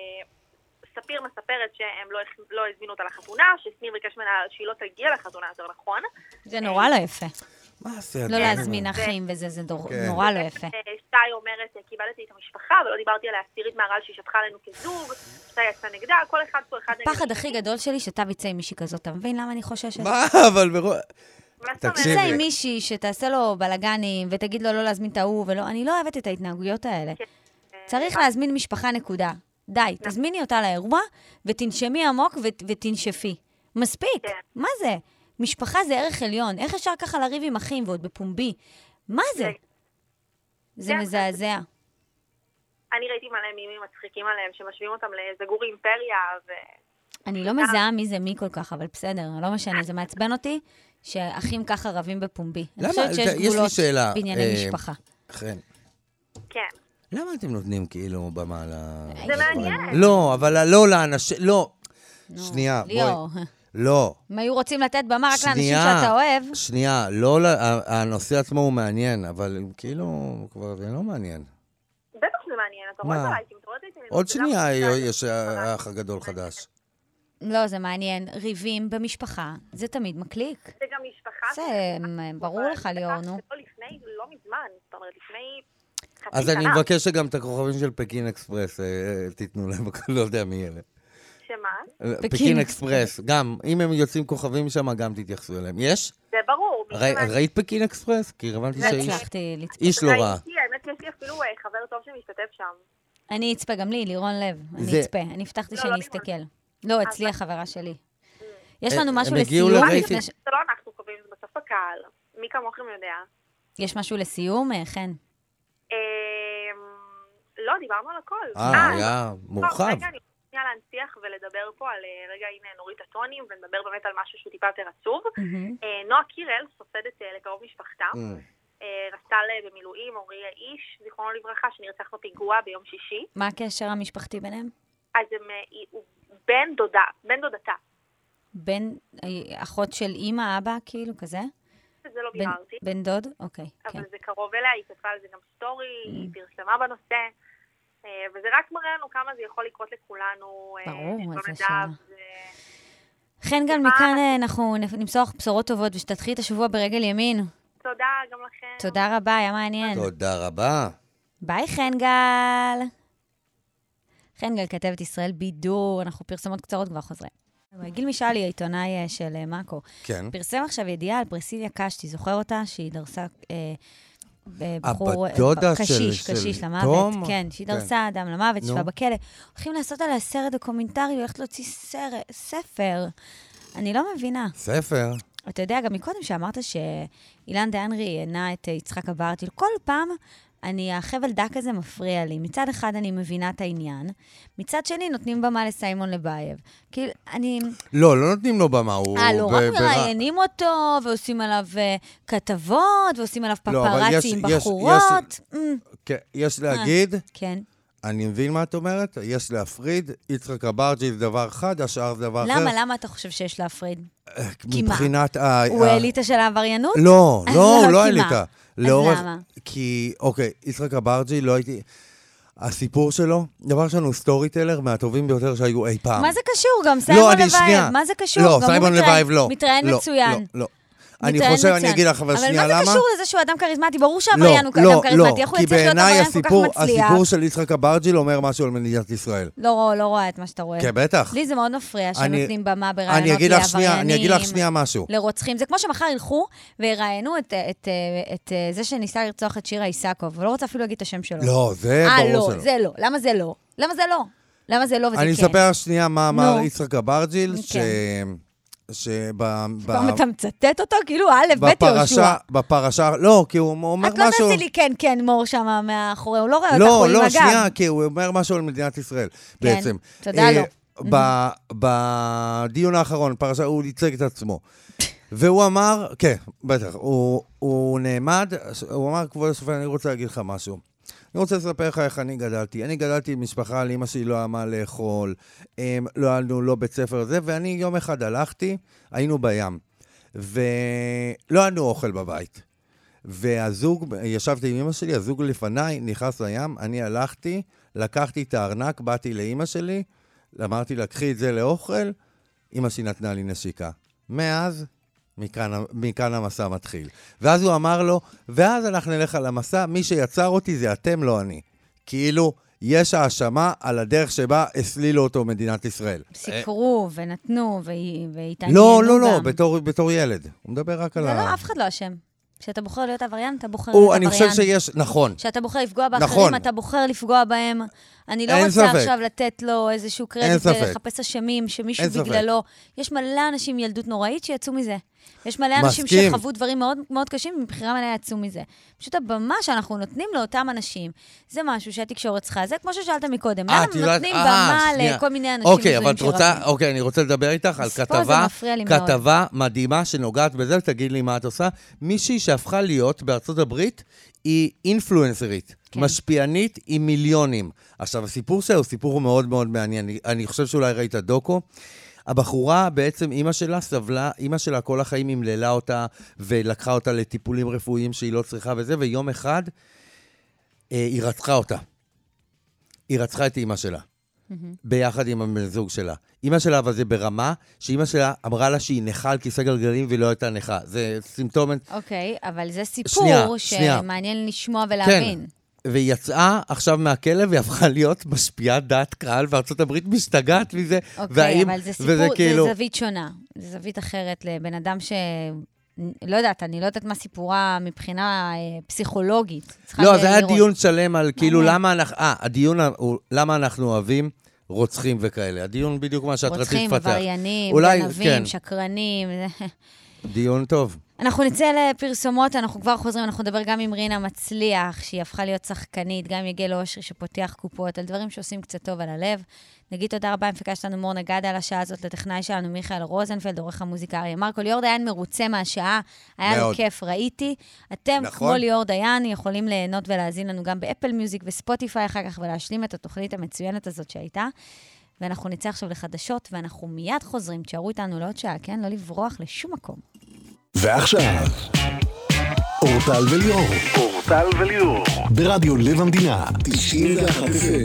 ספיר מספרת שהם לא הזמינו אותה לחתונה, שסניר ביקש ממנה שהיא לא תגיע לחתונה יותר נכון. זה נורא לא יפה. מה זה? לא להזמין אחים וזה, זה נורא לא יפה. שי אומרת, קיבלתי את המשפחה, ולא דיברתי על העשירית מהרעל שהיא שפכה עלינו כזוג, שי יצא נגדה, כל אחד פה אחד נגד. הפחד הכי גדול שלי שאתה ויצא עם מישהי כזאת, אתה מבין למה אני חוששת? מה? אבל תקשיבי. יצא עם מישהי שתעשה לו בלגנים, ותגיד לו לא להזמין את ההוא, אני לא אוהבת את ההתנהגויות האלה. צריך להזמין משפחה נקודה. די, תזמיני אותה לאירוע, ותנשמי עמוק ותנשפי. מספיק. מה זה? משפחה זה ערך עליון. איך אפשר ככה לריב עם אחים ועוד בפומבי? מה זה? זה מזעזע. אני ראיתי מלא מימים מצחיקים עליהם, שמשווים אותם לזגורי אימפריה אני לא מזהה מי זה מי כל כך, אבל בסדר, לא משנה, זה מעצבן אותי שאחים ככה רבים בפומבי. אני חושבת שיש גבולות בענייני משפחה. כן. כן. למה אתם נותנים כאילו במה זה מעניין. לא, אבל לא לאנשים, לא. שנייה, בואי. לא. הם היו רוצים לתת במה רק לאנשים שאתה אוהב. שנייה, לא, הנושא עצמו הוא מעניין, אבל כאילו, כבר זה לא מעניין. בטח זה מעניין, אתה רואה בלייקים, אתה רואה את זה. עוד שנייה יש האח הגדול חדש. לא, זה מעניין. ריבים במשפחה, זה תמיד מקליק. זה גם משפחה. זה ברור לך, ליאור, נו. לא מזמן, זאת אומרת, לפני חצי אז אני מבקש שגם את הכוכבים של פקין אקספרס תיתנו להם, לא יודע מי אלה. שמה? פקין אקספרס, גם, אם הם יוצאים כוכבים שם, גם תתייחסו אליהם. יש? זה ברור. ראית פקין אקספרס? כי הבנתי שאיש לא רע. האמת, יש לי אפילו חבר טוב שמשתתף שם. אני אצפה גם לי, לירון לב. אני אצפה. אני הבטחתי שאני אסתכל. לא, אצלי החברה שלי. יש לנו משהו לסיום? זה לא אנחנו קובעים, זה בסוף הקהל. מי כמוכם יודע? יש משהו לסיום, חן? לא, דיברנו על הכל. היה מורחב. רגע, אני רוצה להנציח ולדבר פה על, רגע, הנה, נורית הטונים, ונדבר באמת על משהו שהוא טיפה יותר עצוב. נועה קירל, סופדת לקרוב משפחתה, רס"ל במילואים, אורי האיש, זיכרונו לברכה, שנרצח בפיגוע ביום שישי. מה הקשר המשפחתי ביניהם? אז הוא בן דודתה. בן אחות של אמא, אבא, כאילו, כזה? זה לא ביררתי. בן דוד? אוקיי. אבל זה קרוב אליה, היא כתבה על זה גם סטורי, היא פרסמה בנושא, וזה רק מראה לנו כמה זה יכול לקרות לכולנו. ברור, זה שאלה. חן גל, מכאן אנחנו נמסוך בשורות טובות, ושתתחיל את השבוע ברגל ימין. תודה, גם לכם. תודה רבה, היה מעניין. תודה רבה. ביי, חן גל. חן גל כתבת ישראל בידור, אנחנו פרסמות קצרות כבר חוזרים. גיל משאלי, העיתונאי של מאקו, פרסם עכשיו ידיעה על פרסיליה קשתי, זוכר אותה? שהיא דרסה בחור קשיש למוות. כן, שהיא דרסה אדם למוות, שפה בכלא. הולכים לעשות עליה סרט דוקומנטרי, הולכת להוציא ספר. אני לא מבינה. ספר? אתה יודע, גם מקודם שאמרת שאילן דיינרי ענה את יצחק אברטיל, כל פעם החבל דק הזה מפריע לי. מצד אחד אני מבינה את העניין, מצד שני נותנים במה לסיימון לבייב. כאילו, לא נותנים לו במה. לא רק מראיינים אותו, ועושים עליו כתבות, ועושים עליו פפרצי עם בחורות. יש להגיד, כן. אני מבין מה את אומרת, יש להפריד, יצחק אברג'יל זה דבר אחד, השאר זה דבר אחר. למה אתה חושב שיש להפריד? מבחינת הוא האליטה של העבריינות? לא, הוא לא האליטה. אז למה? כי, אוקיי, יצחק אברג'יל לא הייתי... הסיפור שלו, דבר שלנו סטורי טלר מהטובים ביותר שהיו אי פעם. מה זה קשור? גם סיימון לבייב, מה זה קשור? לא, סיימון לבייב לא. מתראיין מצוין. לא. אני חושב, אני אגיד לך, אבל שנייה, למה? אבל מה זה קשור לזה שהוא אדם כריזמטי? ברור שהעבריין הוא אדם כריזמטי. איך הוא יצטרך להיות עבריין כל כך מצליח? הסיפור של יצחק אברג'יל אומר משהו על מדינת ישראל. לא רואה את מה שאתה רואה. כן, בטח. לי זה מאוד מפריע שנותנים במה ברעיונות לעבריינים. אני אגיד לך שנייה משהו. לרוצחים. זה כמו שמחר ילכו ויראיינו את זה שניסה לרצוח את שירה איסקוב. ולא רוצה אפילו להגיד את השם שלו. לא, זה ברור שלא. זה לא. למה זה לא? למה זה לא וזה כן? אני אספר שנייה מה אמר יצחק אברג'יל, פעם אתה מצטט אותו? כאילו, בית יהושע. בפרשה, לא, כי הוא אומר משהו... את לא תעשי לי כן, מור שם מאחורי, הוא לא רואה אותך, הוא עם הגב. לא, שנייה, כי הוא אומר משהו על מדינת ישראל, בעצם. תודה לו. בדיון האחרון, פרשה, הוא ייצג את עצמו. והוא אמר, כן, בטח, הוא נעמד, הוא אמר, כבוד השופט, אני רוצה להגיד לך משהו. אני רוצה לספר לך איך אני גדלתי. אני גדלתי עם משפחה, לאמא שלי לא היה מה לאכול, לא היה לנו לא בית ספר הזה, ואני יום אחד הלכתי, היינו בים, ולא היה לנו אוכל בבית. והזוג, ישבתי עם אמא שלי, הזוג לפניי, נכנס לים, אני הלכתי, לקחתי את הארנק, באתי לאמא שלי, אמרתי, לקחי את זה לאוכל, אמא שלי נתנה לי נשיקה. מאז, מכאן המסע מתחיל. ואז הוא אמר לו, ואז אנחנו נלך על המסע, מי שיצר אותי זה אתם, לא אני. כאילו, יש האשמה על הדרך שבה הסלילו אותו מדינת ישראל. סיכרו ונתנו והתעניינו גם. לא, בתור ילד. הוא מדבר רק על לא, אף אחד לא אשם. כשאתה בוחר להיות עבריין, אתה בוחר להיות עבריין. אני חושב שיש, נכון. כשאתה בוחר לפגוע באחרים, אתה בוחר לפגוע בהם. אני לא רוצה עכשיו לתת לו איזשהו קרדיט ולחפש אשמים, שמישהו בגללו. יש מלא אנשים ילדות נוראית שיצאו מזה. יש מלא אנשים שחוו דברים מאוד מאוד קשים, מבחירה מלא יצאו מזה. פשוט הבמה שאנחנו נותנים לאותם אנשים, זה משהו שהתקשורת צריכה. זה כמו ששאלת מקודם. למה נותנים במה לכל מיני אנשים? אוקיי, אני רוצה לדבר איתך על כתבה מדהימה שנוגעת בזה, ותגיד לי מה את עושה. מישהי שהפכה להיות בארצות הברית, היא אינפלואנסרית, משפיענית עם מיליונים. עכשיו, הסיפור שלה הוא סיפור מאוד מאוד מעניין. אני חושב שאולי ראית דוקו. הבחורה בעצם, אמא שלה סבלה, אמא שלה כל החיים המללה אותה, ולקחה אותה לטיפולים רפואיים שהיא לא צריכה וזה, ויום אחד היא רצחה אותה. היא רצחה את אמא שלה, ביחד עם הבן זוג שלה. אמא שלה, אבל זה ברמה, שאמא שלה אמרה לה שהיא נכה על כיסא גלגלים, והיא לא הייתה נכה. זה סימפטומת... אוקיי, אבל זה סיפור שמעניין לשמוע ולהבין. והיא יצאה עכשיו מהכלב, והיא הפכה להיות משפיעת דעת קהל, וארצות הברית משתגעת מזה. אוקיי, אבל זה סיפור, זה זווית שונה. זה זווית אחרת לבן אדם לא יודעת, אני לא יודעת מה סיפורה מבחינה פסיכולוגית. לא, זה היה דיון שלם על כאילו הדיון למה אנחנו אוהבים רוצחים וכאלה. הדיון בדיוק מה שאת רצית לפתח. רוצחים, עבריינים, גנבים, שקרנים. דיון טוב. אנחנו נצא לפרסומות, אנחנו כבר חוזרים, אנחנו נדבר גם עם רינה מצליח, שהיא הפכה להיות שחקנית, גם עם יגאל אושרי שפותח קופות, על דברים שעושים קצת טוב על הלב. נגיד תודה רבה, המפיקה שלנו מור נגדה על השעה הזאת, לטכנאי שלנו מיכאל רוזנפלד, עורך המוזיקה אריה מרקו. ליאור דיין מרוצה מהשעה, היה לו כיף, ראיתי. אתם, כמו ליאור דיין, יכולים ליהנות ולהזין לנו גם באפל מיוזיק וספוטיפיי אחר כך, ולהשלים את התוכנית המצוינת הזאת שהייתה. ואנחנו נצא עכשיו לחדשות, ואנחנו מיד חוזרים, תשארו איתנו לעוד שעה, כן? לא לברוח לשום מקום. ועכשיו, אורטל וליאור, ברדיו לב המדינה, 91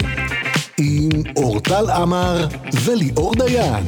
עם אורטל עמר וליאור דיין.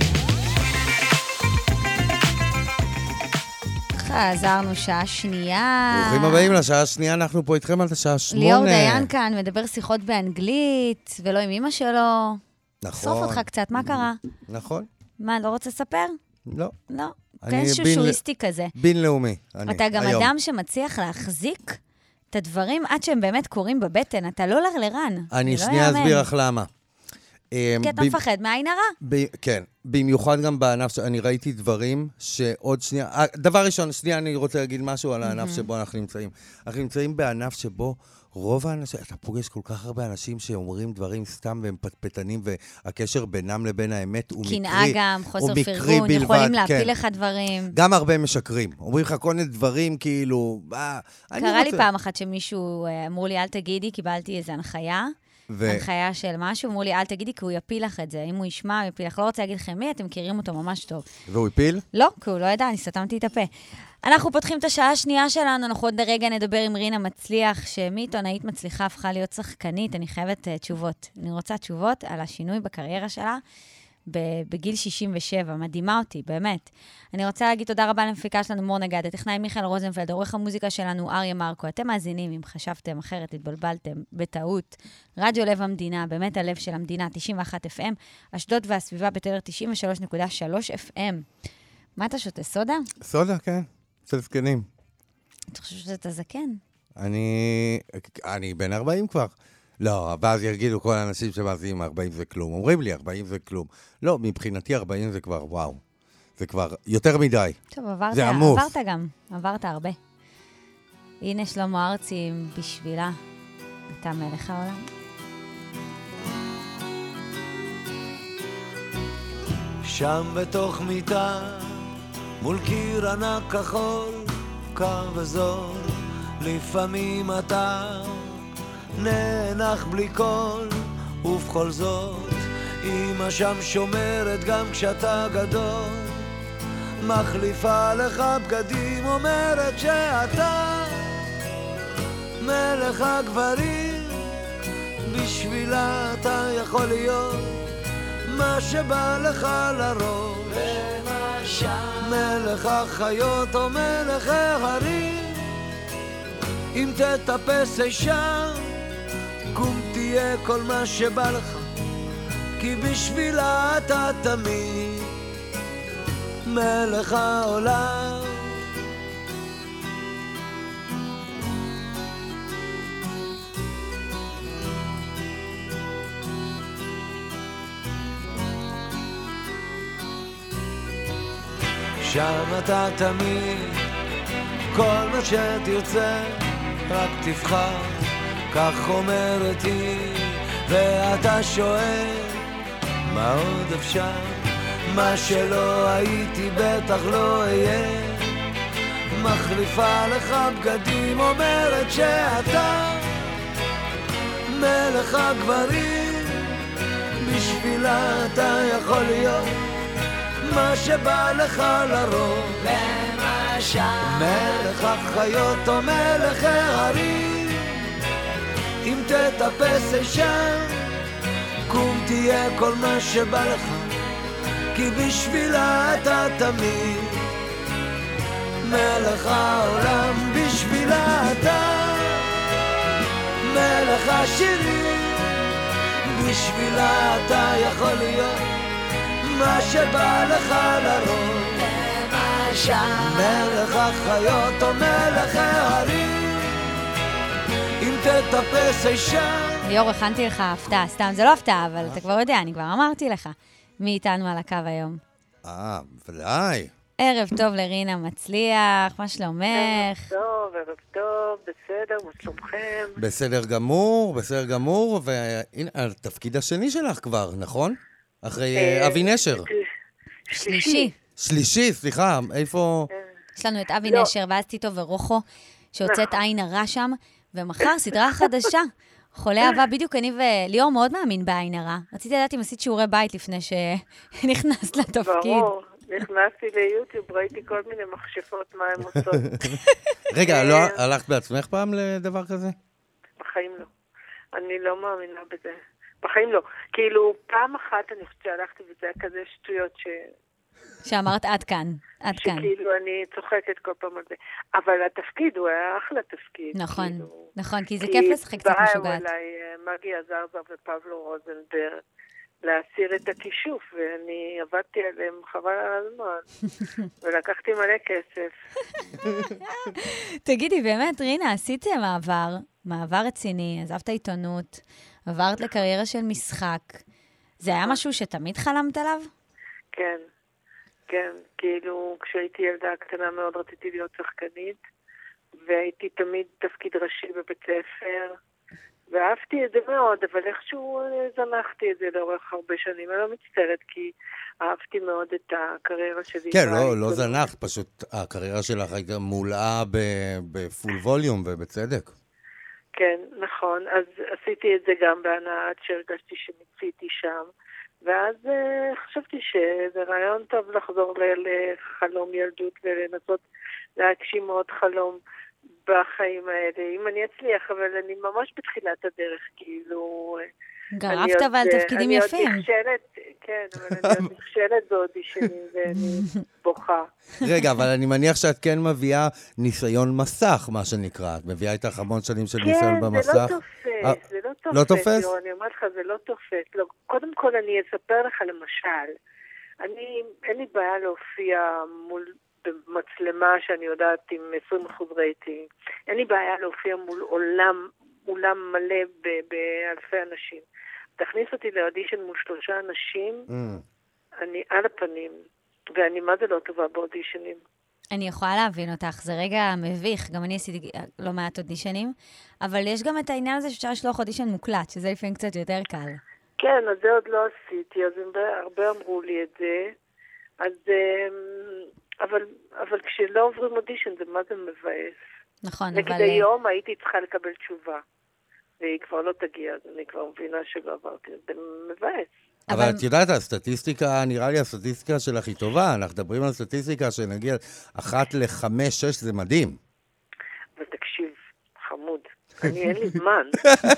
חזרנו שעה שנייה. ברוכים הבאים לשעה השנייה, אנחנו פה איתכם על השעה 8. ליאור דיין כאן מדבר שיחות באנגלית, ולא עם אמא שלו. נכון. סוף אותך קצת, מה קרה? נכון. מה, לא רוצה לספר? לא. לא. איזשהו שוריסטי כזה. בינלאומי. אתה גם אדם שמצליח להחזיק את הדברים עד שהם באמת קורים בבטן. אתה לא לרלרן. אני שנייה אסביר לך למה. כי אתה מפחד מהעין הרע. כן. במיוחד גם בענף, אני ראיתי דברים שעוד שנייה... דבר ראשון, שנייה אני רוצה להגיד משהו על הענף שבו אנחנו נמצאים. אנחנו נמצאים בענף שבו רוב האנשים, אתה פוגש כל כך הרבה אנשים שאומרים דברים סתם והם פטפטנים, והקשר בינם לבין האמת הוא מקרי. קנאה גם, חוסר פרגון, יכולים להפיל לך דברים. גם הרבה משקרים. אומרים לך כל מיני דברים כאילו... קרה לי פעם אחת שמישהו אמרו לי, אל תגידי, קיבלתי איזו הנחיה. הנחיה של משהו, אמרו לי, אל תגידי, כי הוא יפיל לך את זה. אם הוא ישמע, הוא יפיל לך. לא רוצה להגיד לכם מי, אתם מכירים אותו ממש טוב. והוא יפיל? לא, כי הוא לא ידע, אני סתמתי את הפה. אנחנו פותחים את השעה השנייה שלנו, אנחנו עוד רגע נדבר עם רינה מצליח, שמעיתונאית מצליחה הפכה להיות שחקנית. אני חייבת תשובות. אני רוצה תשובות על השינוי בקריירה שלה בגיל 67. מדהימה אותי, באמת. אני רוצה להגיד תודה רבה למפיקה שלנו מור נגד, הטכנאי מיכאל רוזנפלד, עורך המוזיקה שלנו אריה מרקו. אתם מאזינים, אם חשבתם אחרת, התבלבלתם, בטעות. רדיו לב המדינה, באמת הלב של המדינה, 91 FM, אשדוד והסביבה בתדר 93.3 FM. מה אתה שותה, סודה? סודה, כן. של זקנים. אתה חושב שאתה זקן? אני בן 40 כבר. לא, ואז יגידו כל האנשים שמאזינים 40 זה כלום. אומרים לי 40 זה כלום. לא, מבחינתי 40 זה כבר וואו. זה כבר יותר מדי. טוב, זה עמוס. עברת גם, עברת הרבה. הנה שלמה ארצי בשבילה. אתה מלך העולם. שם בתוך מיטה מול קיר ענק כחול, קר וזול, לפעמים אתה נאנח בלי קול, ובכל זאת אמא שם שומרת גם כשאתה גדול, מחליפה לך בגדים, אומרת שאתה מלך הגברים, בשבילה אתה יכול להיות מה שבא לך לראש, מלך החיות או מלך ההרים, אם תטפס אישה קום תהיה כל מה שבא לך, כי בשבילה אתה תמיד מלך העולם. שם אתה תמיד, כל מה שתרצה, רק תבחר, כך אומרת היא, ואתה שואל, מה עוד אפשר? מה שלא הייתי בטח לא אהיה, מחליפה לך בגדים, אומרת שאתה מלך הגברים, בשבילה אתה יכול להיות מה שבא לך לרוב, למשל מלך החיות או מלך ההרים, אם תטפס אישה קום תהיה כל מה שבא לך, כי בשבילה אתה תמיד מלך העולם, בשבילה אתה מלך השירים, בשבילה אתה יכול להיות מה שבא לך לרוב, מלך החיות או מלך ההרים, אם תטפס אישה. ליאור, הכנתי לך הפתעה, סתם, זה לא הפתעה, אבל אתה כבר יודע, אני כבר אמרתי לך מי איתנו על הקו היום. ודאי. ערב טוב לרינה מצליח, מה שלומך? ערב טוב, בסדר, מה שלומכם? בסדר גמור, והנה, התפקיד השני שלך כבר, נכון? אחרי אבי נשר. שלישי, סליחה, איפה? יש לנו את אבי נשר, ואז טיטו ורוחו, שהוצאת עין הרע שם, ומחר סדרה חדשה. חולה אהבה, בדיוק אני וליאור מאוד מאמין בעין הרע. רציתי לדעת אם עשית שיעורי בית לפני שנכנסת לתפקיד. ברור, נכנסתי ליוטיוב, ראיתי כל מיני מכשפות מה הם עושות. רגע, לא הלכת בעצמך פעם לדבר כזה? בחיים לא. אני לא מאמינה בזה. בחיים לא. כאילו, פעם אחת אני חושבת שהלכתי וזה היה כזה שטויות שאמרת עד כאן. שכאילו אני צוחקת כל פעם על זה. אבל התפקיד הוא היה אחלה תפקיד. נכון, כאילו, נכון, כי זה כיף לשחק קצת משוגעת. באו אליי מגי עזרזר ופבלו רוזנברג להסיר את הכישוף, ואני עבדתי עליהם חבל על הזמן, ולקחתי מלא כסף. תגידי, באמת, רינה, עשית מעבר רציני, עזבת עיתונות, עברת לקריירה של משחק. זה היה משהו שתמיד חלמת עליו? כן. כן, כאילו כשהייתי ילדה קטנה מאוד רציתי להיות שחקנית, והייתי תמיד תפקיד ראשי בבית ספר, ואהבתי את זה מאוד, אבל איכשהו זנחתי את זה לאורך הרבה שנים. אני לא מצטערת, כי אהבתי מאוד את הקריירה שלי. כן, לא זנחת, פשוט הקריירה שלך הייתה מולאה בפול ווליום ובצדק. כן, נכון. אז עשיתי את זה גם בהנאה, עד שהרגשתי שמיציתי שם. ואז חשבתי שזה רעיון טוב לחזור לחלום ילדות ולנסות להגשים עוד חלום בחיים האלה. אם אני אצליח, אבל אני ממש בתחילת הדרך, כאילו... גרפת אבל תפקידים יפים. אני עוד נכשלת, כן, אבל אני עוד נכשלת באודישנים ואני בוכה. רגע, אבל אני מניח שאת כן מביאה ניסיון מסך, מה שנקרא. את מביאה איתך המון שנים של ניסיון במסך. כן, זה לא תופס. לא תופס? אני אומרת לך, זה לא תופס. קודם כל אני אספר לך למשל, אין לי בעיה להופיע מול... במצלמה שאני יודעת עם 20% רייטינג. אין לי בעיה להופיע מול אולם מלא באלפי אנשים. תכניס אותי לאודישן מול 3 אנשים, אני על הפנים, ואני מה זה לא טובה באודישנים. אני יכולה להבין אותך, זה רגע מביך, גם אני עשיתי לא מעט אודישנים, אבל יש גם את העניין הזה שאפשר לשלוח אודישן מוקלט, שזה לפעמים קצת יותר קל. כן, אז זה עוד לא עשיתי, אז הרבה אמרו לי את זה, אז... אבל כשלא עוברים אודישן, זה מה זה מבאס. נכון, נגיד אבל... היום הייתי צריכה לקבל תשובה, והיא כבר לא תגיע, אז אני כבר מבינה שלא עברתי, זה מבאס. אבל את יודעת, הסטטיסטיקה, נראה לי הסטטיסטיקה שלך היא טובה, אנחנו מדברים על סטטיסטיקה שנגיע 1 ל-5, 6, זה מדהים. אבל תקשיב, חמוד, אני אין לי זמן.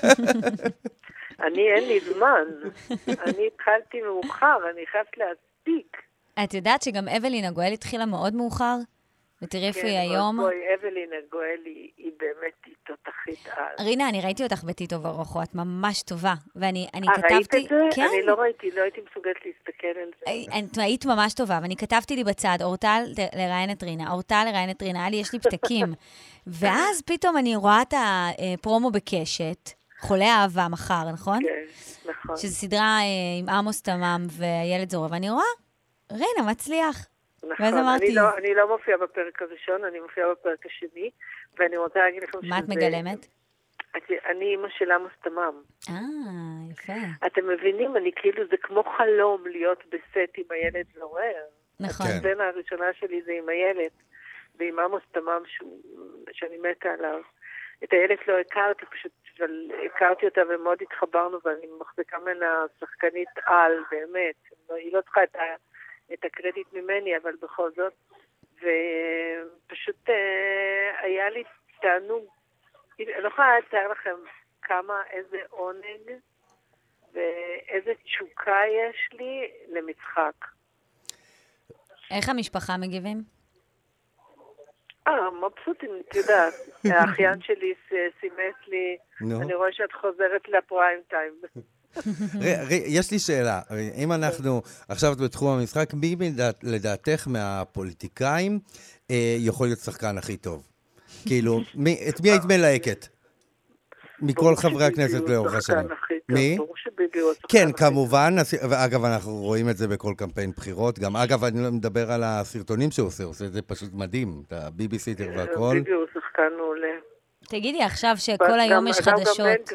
אני התחלתי מאוחר, אני חייבת להספיק. את יודעת שגם אבלינה גואל התחילה מאוד מאוחר? ותראי איפה היא היום. כן, אבלינה גואל היא באמת תותחית על. רינה, אני ראיתי אותך בטיטו ורוחו, את ממש טובה. ואני כתבתי... ראית את זה? כן. אני לא הייתי מסוגלת להסתכל על זה. היית ממש טובה, ואני כתבתי לי בצד, אורטל לראיין את רינה, יש לי פתקים. ואז פתאום אני רואה את הפרומו בקשת, חולה אהבה מחר, נכון? כן, נכון. שזו סדרה עם עמוס תמם וילד זורה, ואני רואה, רינה, מצליח. נכון, אני לא מופיעה בפרק הראשון, אני מופיעה בפרק השני, ואני רוצה להגיד לכם שזה... מה את מגלמת? אני אימא של עמוס תמם. יפה. אתם מבינים, זה כמו חלום להיות בסט עם הילד זורר. נכון. הסצנה הראשונה שלי זה עם הילד, ועם עמוס תמם שאני מתה עליו. את הילד לא הכרתי, פשוט הכרתי אותה ומאוד התחברנו, ואני מחזיקה ממנה שחקנית על, באמת. היא לא צריכה את הקרדיט ממני, אבל בכל זאת, ופשוט היה לי תענוג, אני לא יכולה לתאר לכם איזה עונג ואיזה תשוקה יש לי למשחק. איך המשפחה מגיבים? מבסוטים, את יודעת, האחיין שלי סימס לי, אני רואה שאת חוזרת לפריים טיים. יש לי שאלה, אם אנחנו עכשיו בתחום המשחק, מי לדעתך מהפוליטיקאים יכול להיות שחקן הכי טוב? כאילו, את מי היית מלהקת? מכל חברי הכנסת לאורך השנים. מי? כן, כמובן, ואגב, אנחנו רואים את זה בכל קמפיין בחירות, גם אגב, אני לא מדבר על הסרטונים שהוא עושה את זה פשוט מדהים, את הביביסיטר והכל. ביבי הוא שחקן מעולה. תגידי, עכשיו שכל היום יש חדשות.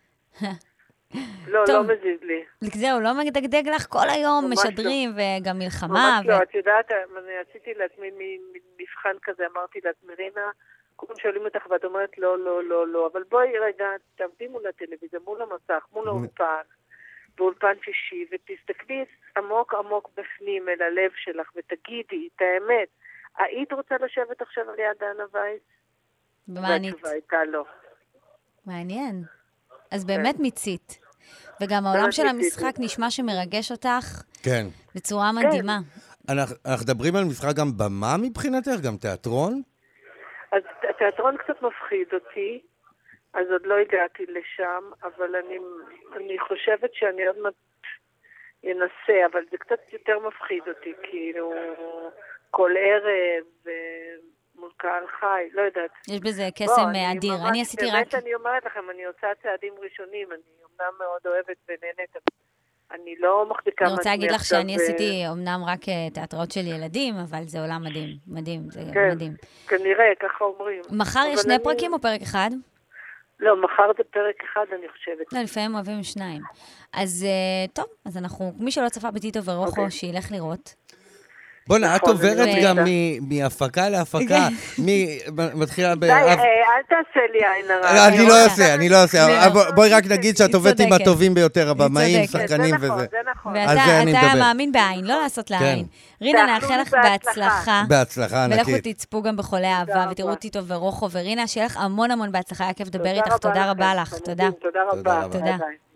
לא מזיז לי. זהו, לא מדגדג לך כל היום, משדרים וגם מלחמה. ממש לא, את יודעת, אני עשיתי לעצמי מבחן כזה, אמרתי לעצמי, רינה, כולם שואלים אותך ואת אומרת לא, אבל בואי רגע, תעמדי מול הטלוויזיה, מול המסך, מול האולפן, באולפן שישי, ותסתכלי עמוק עמוק בפנים אל הלב שלך, ותגידי את האמת, היית רוצה לשבת עכשיו על יד דנה וייס? והתשובה הייתה לא. מעניין. אז באמת מיצית. וגם העולם של המשחק נשמע שמרגש אותך בצורה מדהימה. אנחנו מדברים על משחק גם במה מבחינתך, גם תיאטרון? אז התיאטרון קצת מפחיד אותי, אז עוד לא הגעתי לשם, אבל אני חושבת שאני עוד מעט אנסה, אבל זה קצת יותר מפחיד אותי, כאילו כל ערב מול קהל חי, לא יודעת. יש בזה קסם אדיר. אני עשיתי רק... באמת אני אומרת לכם, אני עושה צעדים ראשונים, אני אומנם מאוד אוהבת ונהנית, אני לא מחזיקה... אני רוצה להגיד לך שאני עשיתי אומנם רק תיאטראות של ילדים, אבל זה עולם מדהים, מדהים, זה מדהים. כנראה, ככה אומרים. מחר יש 2 פרקים או פרק אחד? לא, מחר זה פרק אחד, אני חושבת. לא, לפעמים אוהבים 2. אז טוב, אז אנחנו, מי שלא צפה בטיטו ורוחו, שילך לראות. בוא'נה, את עוברת גם מהפקה להפקה, מתחילה די, אל תעשה לי עין הרע. אני לא אעשה. בואי רק נגיד שאת עובדת עם הטובים ביותר, הבמאים, שחקנים וזה. זה נכון. ואתה מאמין בעין, לא לעשות לעין. רינה, נאחל לך בהצלחה. בהצלחה ענקית. ולכו תצפו גם בחולי אהבה, ותראו טיטו ורוחו ורינה, שיהיה לך המון המון בהצלחה, היה כיף לדבר איתך, תודה רבה לך, תודה. תודה רבה. תודה.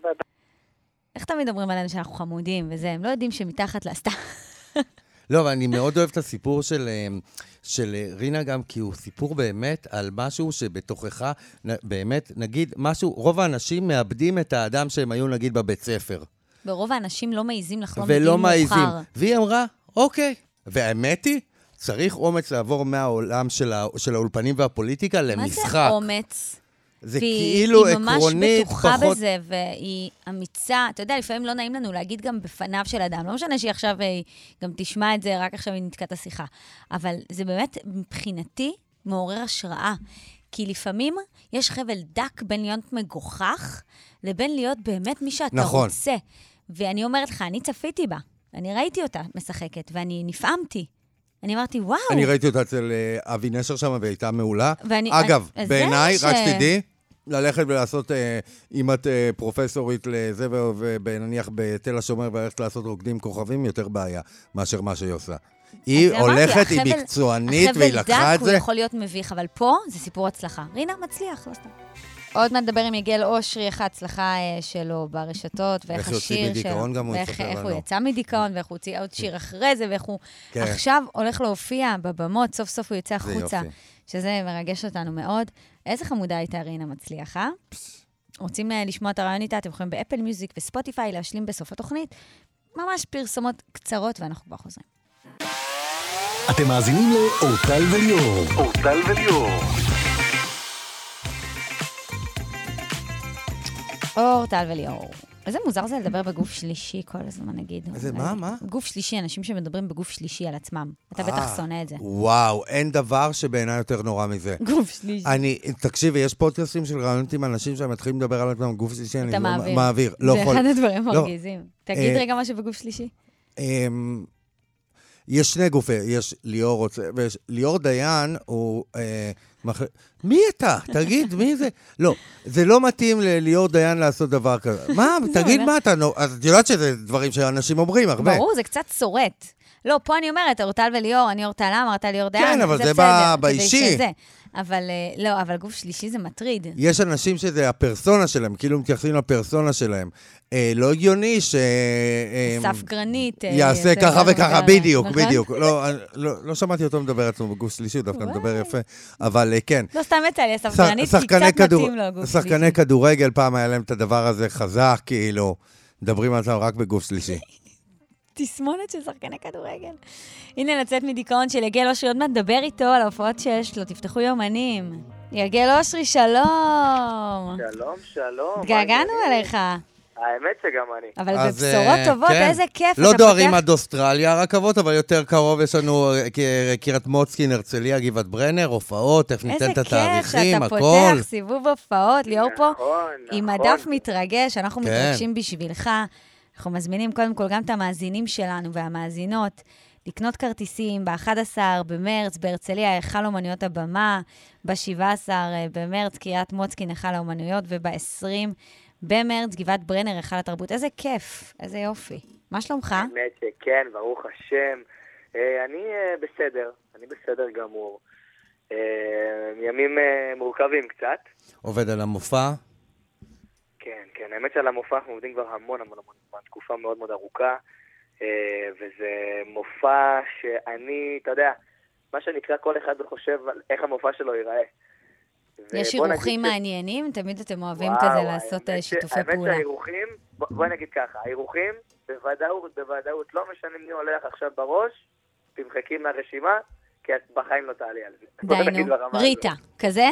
איך תמיד אומרים עלינו שאנחנו חמודים וזה, הם לא יודעים שמתחת לסתם. לא, אבל אני מאוד אוהב את הסיפור של רינה גם, כי הוא סיפור באמת על משהו שבתוכך, באמת, נגיד, משהו, רוב האנשים מאבדים את האדם שהם היו, נגיד, בבית ספר. ורוב האנשים לא מעיזים לחלום בגיל ולא מאוחר. מעיזים. והיא אמרה, אוקיי. והאמת היא, צריך אומץ לעבור מהעולם של האולפנים והפוליטיקה למשחק. מה זה אומץ? זה כאילו עקרונית פחות... היא ממש בטוחה בזה, והיא אמיצה. אתה יודע, לפעמים לא נעים לנו להגיד גם בפניו של אדם. לא משנה שהיא עכשיו גם תשמע את זה, רק עכשיו היא נתקעת השיחה. אבל זה באמת, מבחינתי, מעורר השראה. כי לפעמים יש חבל דק בין להיות מגוחך, לבין להיות באמת מי שאתה רוצה. ואני אומרת לך, אני צפיתי בה. אני ראיתי אותה משחקת, ואני נפעמתי. אני אמרתי, וואו. אני ראיתי אותה אצל אבי נשר שם, והייתה מעולה. אגב, בעיניי, רק שתדעי, ללכת ולעשות, אם את פרופסורית לזה, ונניח בתל השומר, והלכת לעשות רוקדים כוכבים, יותר בעיה מאשר מה שהיא עושה. היא הולכת, היא מקצוענית, והיא לקחה את זה. החבל דק הוא יכול להיות מביך, אבל פה זה סיפור הצלחה. רינה מצליח, לא סתם. עוד מעט נדבר עם יגאל אושרי, איך ההצלחה שלו ברשתות, ואיך השיר שלו, ואיך הוא יצא מדיכאון, ואיך הוא הוציא עוד שיר אחרי זה, ואיך הוא עכשיו הולך להופיע בבמות, סוף סוף הוא יוצא החוצה, שזה מרגש אותנו מאוד. איזה חמודה הייתה רינה מצליח, אה? רוצים לשמוע את הרעיון איתה, אתם יכולים באפל מיוזיק וספוטיפיי להשלים בסוף התוכנית, ממש פרסומות קצרות, ואנחנו כבר חוזרים. אתם מאזינים לאורטל וליאור. אורטל וליאור. אורטל וליאור. איזה מוזר זה לדבר בגוף שלישי כל הזמן, נגיד. איזה מה? גוף שלישי, אנשים שמדברים בגוף שלישי על עצמם. אתה בטח שונא את זה. וואו, אין דבר שבעיניי יותר נורא מזה. גוף שלישי. תקשיבי, יש פודקאסטים של רעיונות עם אנשים שמתחילים לדבר על עצמם גוף שלישי, אני לא מעביר. זה אחד הדברים מרגיזים. תגיד רגע משהו בגוף שלישי. יש שני גופי, יש ליאור דיין, הוא... מי אתה? תגיד, מי זה? לא, זה לא מתאים לליאור דיין לעשות דבר כזה. מה? תגיד מה אתה... אז את יודעת שזה דברים שאנשים אומרים הרבה. ברור, זה קצת שורט. לא, פה אני אומרת, אורטל וליאור, אני אורטל, אמרת ליאור דיין. כן, אבל זה באישי. אבל לא, אבל גוף שלישי זה מטריד. יש אנשים שזה הפרסונה שלהם, כאילו מתייחסים לפרסונה שלהם. לא הגיוני ש... אסף גרנית. יעשה ככה וככה, בדיוק. לא שמעתי אותו מדבר עצמו בגוף שלישי, הוא דווקא מדבר יפה, אבל כן. לא סתם יצא לי, אסף גרנית, כי קצת מתאים לו גוף שלישי. שחקני כדורגל, פעם היה להם את הדבר הזה חזק, כאילו, מדברים על זה רק בגוף שלישי. תסמונת של שחקני כדורגל. הנה לצאת מדיכאון של יגאל אושרי, עוד מעט דבר איתו על ההופעות שיש לו, תפתחו יומנים. יגאל אושרי, שלום. שלום. התגעגענו אליך. האמת שגם אני. אבל בבשורות טובות, איזה כיף. לא דוהרים עד אוסטרליה הרכבות, אבל יותר קרוב יש לנו קריית מוצקין, הרצליה, גבעת ברנר, הופעות, איך ניתן את התאריכים, הכל. איזה כיף שאתה פותח סיבוב הופעות, ליאור פה עם הדף מתרגש, אנחנו מתרגשים בשבילך. אנחנו מזמינים קודם כל גם את המאזינים שלנו והמאזינות לקנות כרטיסים ב-11 במרץ, בהרצליה, היכל אומנויות הבמה, ב-17 במרץ, קריית מוצקין, היכל האומנויות, וב-20 במרץ, גבעת ברנר, היכל התרבות. איזה כיף, איזה יופי. מה שלומך? האמת שכן, ברוך השם. אני בסדר גמור. ימים מורכבים קצת. עובד על המופע? כן, האמת שעל המופע אנחנו עובדים כבר המון, תקופה מאוד מאוד ארוכה, וזה מופע שאני, אתה יודע, מה שנקרא כל אחד חושב על איך המופע שלו ייראה. יש אירוחים מעניינים? תמיד אתם אוהבים כזה לעשות שיתופי פעולה. האמת שהאירוחים, בואי נגיד ככה, האירוחים בוודאות לא משנה מי הולך עכשיו בראש, תמחקים מהרשימה, כי את בחיים לא תעלי על זה. דיינו, ריטה, כזה?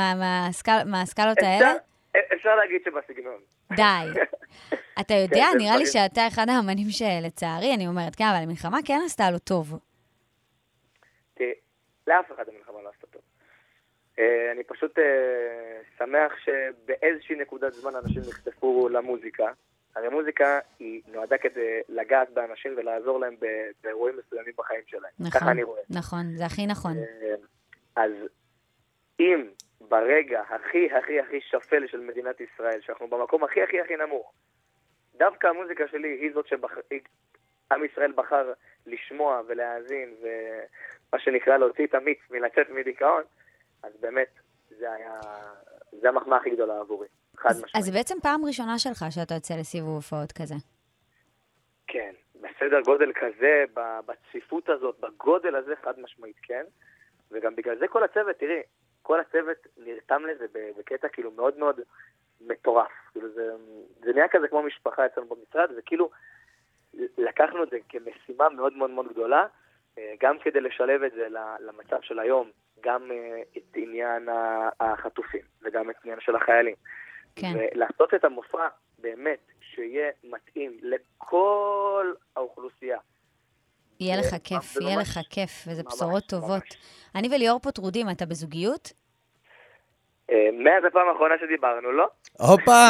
מהסקלות האלה? אפשר להגיד שבסגנון. די. אתה יודע, נראה לי שאתה אחד האמנים שלצערי, אני אומרת, כן, אבל המלחמה כן עשתה לו טוב. תראי, לאף אחד המלחמה לא עשתה טוב. אני פשוט שמח שבאיזושהי נקודת זמן אנשים נחשפו למוזיקה. הרי מוזיקה היא נועדה כדי לגעת באנשים ולעזור להם באירועים מסוימים בחיים שלהם. נכון, ככה אני רואה. נכון, זה הכי נכון. אז אם ברגע הכי הכי הכי שפל של מדינת ישראל, שאנחנו במקום הכי הכי הכי נמוך, דווקא המוזיקה שלי היא זאת שעם ישראל בחר לשמוע ולהאזין, ומה שנקרא להוציא את המיץ מלצאת מדיכאון, אז באמת זה המחמאה הכי גדולה עבורי. אז זה בעצם פעם ראשונה שלך שאתה יוצא לסיבוב הופעות כזה. כן, בסדר גודל כזה, בצפיפות הזאת, בגודל הזה, חד משמעית כן. וגם בגלל זה כל הצוות, תראי, כל הצוות נרתם לזה בקטע כאילו מאוד מאוד מטורף. כאילו זה נהיה כזה כמו משפחה אצלנו במשרד, וכאילו לקחנו את זה כמשימה מאוד מאוד מאוד גדולה, גם כדי לשלב את זה למצב של היום, גם את עניין החטופים, וגם את עניין של החיילים. כן. ולעשות את המופע באמת שיהיה מתאים לכל האוכלוסייה. יהיה לך כיף, יהיה לך כיף, וזה בשורות טובות. אני וליאור פה טרודים, אתה בזוגיות? מאז הפעם האחרונה שדיברנו, לא? הופה!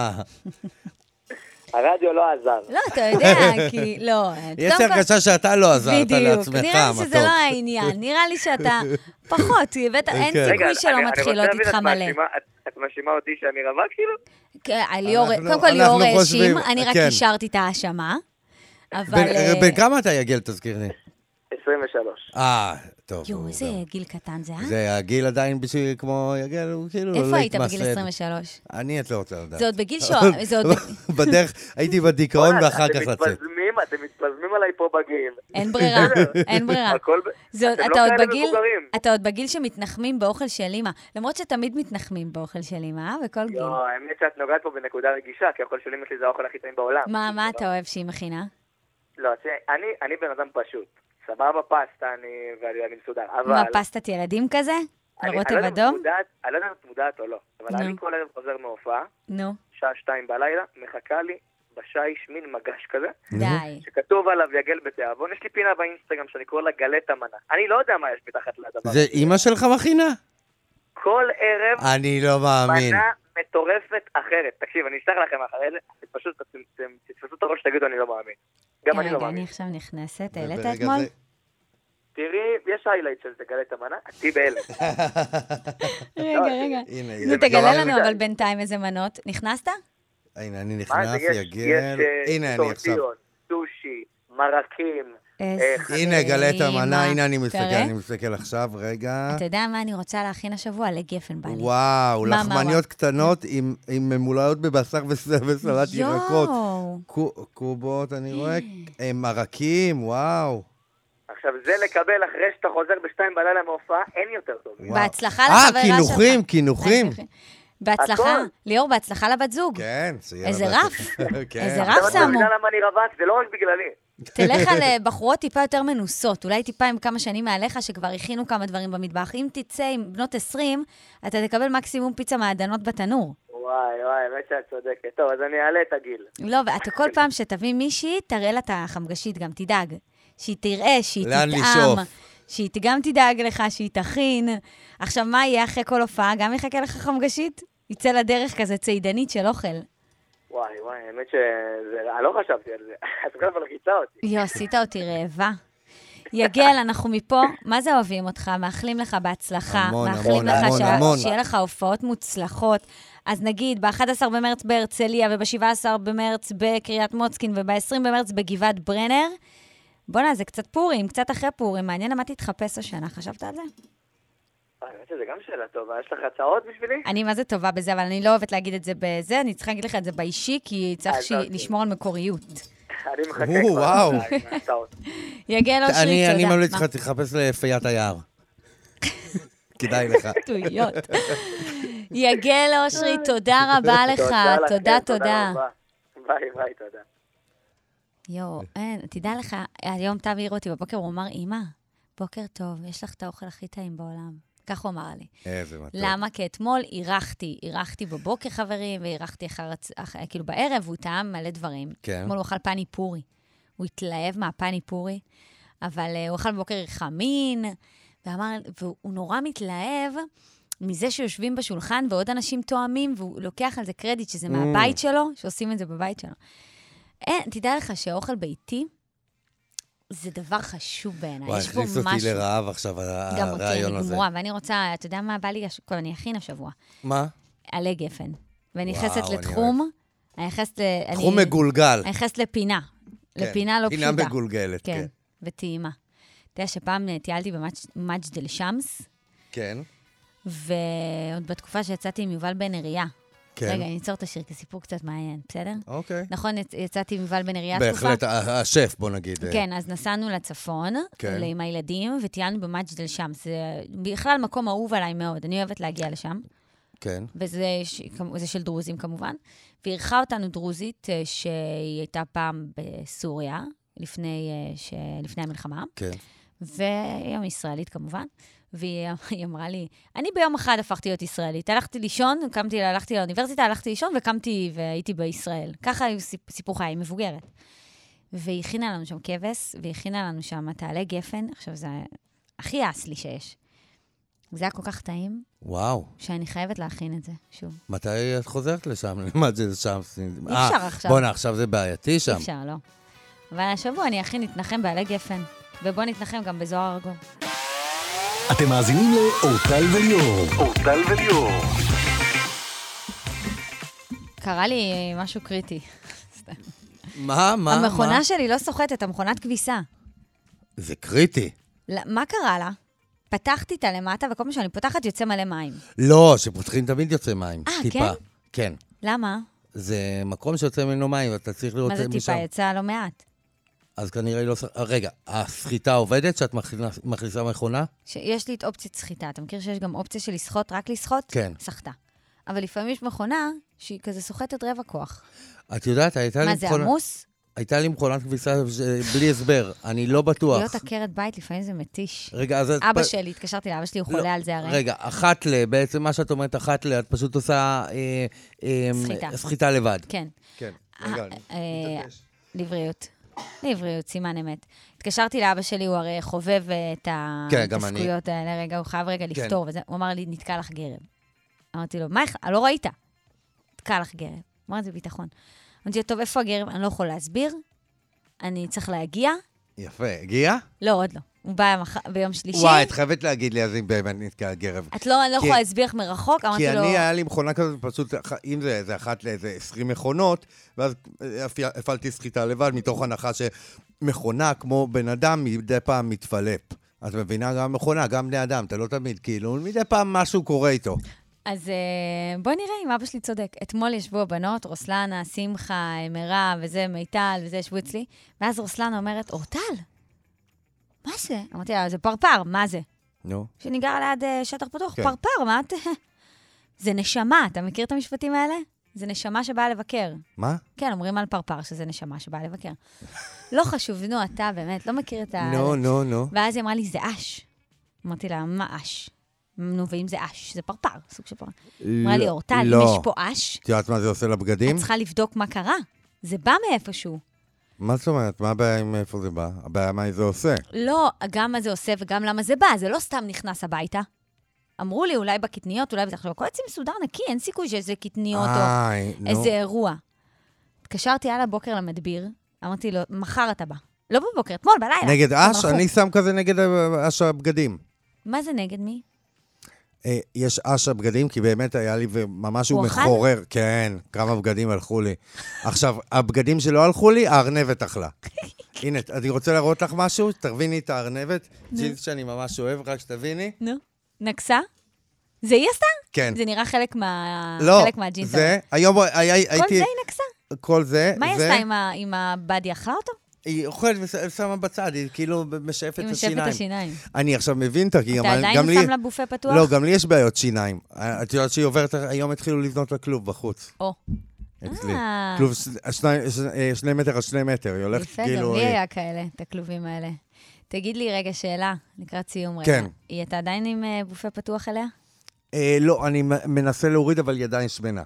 הרדיו לא עזר. לא, אתה יודע, כי לא. יש הרגשה שאתה לא עזרת לעצמך, בדיוק, נראה לי שזה לא העניין. נראה לי שאתה פחות, אין סיכוי שלא מתחילות איתך מלא. את מאשימה אותי שאני רבה כאילו? קודם כל ליאור האשים, אני רק אישרתי את האשמה. בן כמה אתה יגל, תזכיר לי? 23. טוב. יו, איזה גיל קטן זה, זה הגיל עדיין בשביל כמו יגל, הוא כאילו לא איפה היית התמסד. בגיל 23? את לא רוצה לדעת. זה עוד בגיל בדרך, הייתי בדיכאון ואחר כך לצאת. אתם מתפזמים עליי פה בגיל. אין ברירה, אין ברירה. אתה עוד בגיל שמתנחמים באוכל של אמא, למרות שתמיד מתנחמים באוכל של אמא, בכל גיל. לא, האמת שאת נוגעת פה בנקודה רגישה, כי האוכל של אמא שלי זה האוכל הכי טעים בעולם. מה אתה אוהב שהיא מכינה? לא, אני בן אדם פשוט. סבבה פסטה, ואני מסודר. מה, פסטת ילדים כזה? על רוטב אדום? אני לא יודע אם את מודעת או לא, אבל אני כל ערב חוזר מהופעה, שעה 2 בלילה, מחכה לי בשיש מין מגש כזה, די. שכתוב עליו יגל בתיאבון. יש לי פינה באינסטגרם שאני קורא לה גלת המנה. אני לא יודע מה יש מתחת לדבר. זה אמא שלך מכינה? כל ערב אני לא מאמין. מנה מטורפת אחרת. תקשיב, אני אשלח לכם אחרי זה, פשוט תתפסו את הראש, תגידו, אני לא מאמין. גם אני לא מאמין. אני עכשיו נכנסת, העלית אתמול? תראי, יש היילייט של תגלת המנה, עתי באלה. רגע. תגלה לנו אבל בינתיים איזה מנות. נכנסת? הנה, אני נכנס, יגל. הנה, אני עכשיו. סושי, מרקים. הנה, גלת המנה, הנה אני מסתכל עכשיו, רגע. אתה יודע מה אני רוצה להכין השבוע? לגפן בא לי. וואו, לחמניות קטנות עם ממולאות בבשר וסלט ירקות. קובות, אני רואה, מרקים, וואו. עכשיו, זה לקבל אחרי שאתה חוזר ב2 בלילה מהופעה, אין יותר טוב. בהצלחה לחברה שלך. כינוחים. בהצלחה, ליאור, בהצלחה לבת זוג. כן, איזה רף. איזה רף שמו. אתה יודע למה אני רווק, זה לא רק בגללי. תלך על בחורות טיפה יותר מנוסות, אולי טיפה עם כמה שנים מעליך שכבר הכינו כמה דברים במטבח. אם תצא עם בנות 20, אתה תקבל מקסימום פיצה מעדנות בתנור. וואי, האמת שאת צודקת. טוב, אז אני אעלה את הגיל. לא, ואתה כל פעם שתביא מישהי, תראה לה את החמגשית, גם תדאג. שהיא תראה, שהיא תטעם, שהיא גם תדאג לך, שהיא תכין. עכשיו, מה יהיה אחרי כל הופעה? גם יחכה לך חמגשית? יצא לדרך כזה צעידנית של אוכל. וואי, האמת אני לא חשבתי על זה. את כל הזמן לחיצה אותי. עשית אותי רעבה. יגל, אנחנו מפה, מה זה אוהבים אותך? מאחלים לך בהצלחה. מאחלים לך שיהיה לך הופעות מוצלחות. אז נגיד, ב-11 במרץ בהרצליה, וב-17 במרץ בקריית מוצקין, וב-20 במרץ בגבעת ברנר. בוא'נה, זה קצת פורים, קצת אחרי פורים. מעניין למה תתחפש השנה. חשבת על זה? האמת שזה גם שאלה טובה. יש לך הצעות בשבילי? אני מה זה טובה בזה, אבל אני לא אוהבת להגיד את זה בזה. אני צריכה להגיד לך את זה באישי, כי צריך לשמור על מקוריות. אני מחכה כבר. יגל אושרי, תודה. אני ממליץ לך, תחפש לפיית היער. כדאי לך. טויות. יגל אושרי, תודה רבה לך. תודה. ביי, תודה. יו, תדע לך, היום תא העיר אותי בבוקר, הוא אמר, אמא, בוקר טוב, יש לך את האוכל הכי טעים בעולם. כך הוא אמר לי. איזה מתוק. למה? כי אתמול אירחתי בבוקר חברים, ואירחתי כאילו בערב, הוא טעם מלא דברים. כן. אתמול הוא אכל פני פורי. הוא התלהב מהפני פורי, אבל הוא אכל בבוקר חמין, והוא נורא מתלהב מזה שיושבים בשולחן ועוד אנשים תואמים, והוא לוקח על זה קרדיט שזה מהבית שלו, שעושים את זה בבית שלו. תדע לך שאוכל ביתי, זה דבר חשוב בעיניי. וואי, הכניס אותי לרעב עכשיו, הרעיון הזה. גם אותי, אני גמורה, ואני רוצה, אתה יודע מה בא לי, אני אכין השבוע. מה? עלי גפן. ואני נכנסת לתחום, תחום מגולגל. אני נכנסת לפינה. לפינה לא פשוטה. פינה מגולגלת, כן. וטעימה. אתה יודע שפעם טיילתי במג'דל שמס. כן. ועוד בתקופה שיצאתי עם יובל בן אריה. כן. רגע, אני אצור את השיר, כי סיפור קצת מעניין, בסדר? אוקיי. נכון, יצאתי עם יובל בן אריה. בהחלט, השף, בוא נגיד. כן, אז נסענו לצפון, עם הילדים, וטיילנו במג'דל שמס. זה בכלל מקום אהוב עליי מאוד, אני אוהבת להגיע לשם. כן. וזה של דרוזים כמובן. וערכה אותנו דרוזית שהיא הייתה פעם בסוריה, לפני המלחמה. כן. והיום ישראלית כמובן. והיא אמרה לי, אני ביום אחד הפכתי להיות ישראלית. הלכתי לישון, הלכתי לאוניברסיטה, הלכתי לישון וקמתי והייתי בישראל. ככה היו סיפור חיי, מבוגרת. והיא הכינה לנו שם כבש, והיא הכינה לנו שם תעלי גפן. עכשיו זה הכי אסלי שיש. זה היה כל כך טעים. וואו. שאני חייבת להכין את זה, שוב. מתי את חוזרת לשם? מה זה שם? אי אפשר עכשיו. בוא'נה, עכשיו זה בעייתי שם. אי אפשר, לא. אבל השבוע אני הכין נתנחם בעלי גפן. ובוא נתנחם גם בזוהר ארגוב. אתם מאזינים לאורטל וליאור. אורטל וליאור. קרה לי משהו קריטי. מה? המכונה שלי לא סוחטת, המכונת כביסה. זה קריטי. מה קרה לה? פתחתי את הלמטה, וכל מה שאני פותחת יוצא מלא מים. לא, שפותחים תמיד יוצא מים. כן? כן. למה? זה מקום שיוצא ממנו מים, ואתה צריך לראות משם. מה זה טיפה? יצא לא מעט. אז כנראה לא... רגע, הסחיטה עובדת שאת מכניסה מכונה? יש לי את אופציית סחיטה. אתה מכיר שיש גם אופציה של לשחות, רק לשחות? כן. סחטה. אבל לפעמים יש מכונה שהיא כזה סוחטת רבע כוח. את יודעת, הייתה לי מכונה... מה זה, עמוס? הייתה לי מכונת כביסה בלי הסבר, אני לא בטוח. להיות עקרת בית, לפעמים זה מתיש. רגע, אז... אבא שלי, התקשרתי לאבא שלי, הוא חולה על זה הרי. רגע, אחת בעצם מה שאת אומרת, אחת את פשוט עושה... סחיטה לבד. כן. כן, רגע, נתעקש. לבריאות, סימן אמת. התקשרתי לאבא שלי, הוא הרי חובב את התסקויות האלה, רגע, הוא חייב רגע לפתור, וזה, הוא אמר לי, נתקע לך גרב. אמרתי לו, מה, לא ראית? נתקע לך גרב. אמרתי, זה ביטחון. אמרתי לו, טוב, איפה הגרב? אני לא יכול להסביר, אני צריך להגיע. יפה, הגיע? לא, עוד לא. הוא בא ביום שלישי. וואי, את חייבת להגיד לי, אז אם באמת נתקע גרב. את לא יכולה להסביר לך מרחוק, אמרתי לו... כי אני, היה לי מכונה כזאת, פשוט, אם זה אחת לאיזה 20 מכונות, ואז הפעלתי סחיטה לבד, מתוך הנחה שמכונה, כמו בן אדם, מדי פעם מתפלפ. את מבינה, גם מכונה, גם בני אדם, אתה לא תמיד, כאילו, מדי פעם משהו קורה איתו. אז בוא נראה אם אבא שלי צודק. אתמול ישבו הבנות, רוסלנה, שמחה, מרה, וזה, מיטל, וזה ישבו אצלי, ואז רוסלנה אומרת, אורטל, מה זה? אמרתי לה, זה פרפר, מה זה? נו. שאני גרה ליד שטח פתוח, פרפר, מה את... זה נשמה, אתה מכיר את המשפטים האלה? זה נשמה שבאה לבקר. מה? כן, אומרים על פרפר שזה נשמה שבאה לבקר. לא חשוב, נו, אתה באמת, לא מכיר את ה... נו. ואז היא אמרה לי, זה אש. אמרתי לה, מה אש? נו, ואם זה אש, זה פרפר, סוג של פרפר. אמרה לי, אורטל, אם יש פה אש... את יודעת מה זה עושה לבגדים? את צריכה לבדוק מה קרה. זה בא מאיפשהו. מה זאת אומרת? מה הבעיה עם איפה זה בא? הבעיה מה זה עושה? לא, גם מה זה עושה וגם למה זה בא. זה לא סתם נכנס הביתה. אמרו לי, אולי בקטניות, אולי... עכשיו, הכל יצא מסודר נקי, אין סיכוי שזה קטניות או איזה אירוע. התקשרתי על הבוקר למדביר, אמרתי לו, מחר אתה בא. לא בבוקר, אתמול, בלילה. נגד אש? אני שם כזה נגד אש הבגדים. מה זה נגד מי? יש אש הבגדים, כי באמת היה לי ממש הוא מחורר. כן, כמה בגדים הלכו לי. עכשיו, הבגדים שלא הלכו לי, הארנבת אכלה. הנה, אני רוצה להראות לך משהו, תרביני את הארנבת, ג'ינס שאני ממש אוהב, רק שתביני. נו, נקסה? זה היא עשתה? כן. זה נראה חלק מהג'ינס. לא, זה, היום הייתי... כל זה היא נקסה? כל זה. מה היא עשתה עם הבאדי? אכלה אותו? היא אוכלת ושמה בצד, היא כאילו משאפת את השיניים. היא משאפת את השיניים. אני עכשיו מבין אותה, כי אתה עדיין שם לבופה פתוח? לא, גם לי יש בעיות שיניים. את יודעת שהיא עוברת, היום התחילו לבנות לה כלוב בחוץ. או. אצלי. כלוב 2 מטר על 2 מטר, היא הולכת כאילו... יפה, גם לי היה כאלה, את הכלובים האלה. תגיד לי רגע שאלה, לקראת סיום רגע. כן. אתה עדיין עם בופה פתוח אליה? לא, אני מנסה להוריד, אבל ידיים שמנה.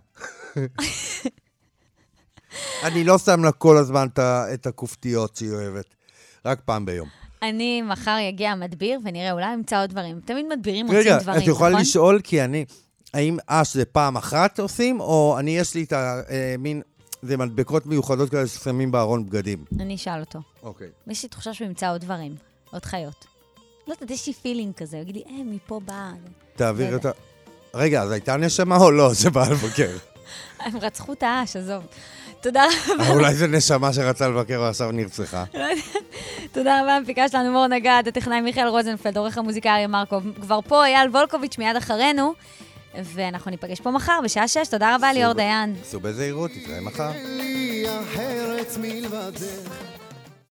אני לא שם לה כל הזמן את הכופתיות שהיא אוהבת. רק פעם ביום. אני מחר יגיע המדביר, ונראה, אולי נמצא עוד דברים. תמיד מדבירים מוצאים דברים, נכון? רגע, את יכולה לשאול, כי אני, האם שזה פעם אחת עושים, או אני יש לי את המין, זה מדבקות מיוחדות כאלה ששמים בארון בגדים? אני אשאל אותו. אוקיי. יש לי תחושה שהוא ימצא עוד דברים, עוד חיות. לא יודעת, יש לי פילינג כזה, הוא יגיד לי, מפה באה. תעביר את ה... רגע, אז הייתה נשמה או לא? זה בא לבקר. הם רצחו את האש, עזוב. תודה רבה. אולי זה נשמה שרצה לבקר ועכשיו נרצחה. תודה רבה, המפיקה שלנו מור נגד, הטכנאי מיכאל רוזנפלד, עורך המוזיקה אריה מרקוב. כבר פה אייל וולקוביץ' מיד אחרינו, ואנחנו ניפגש פה מחר בשעה 6. תודה רבה ליאור דיין. סעו בזהירות, תתראה מחר.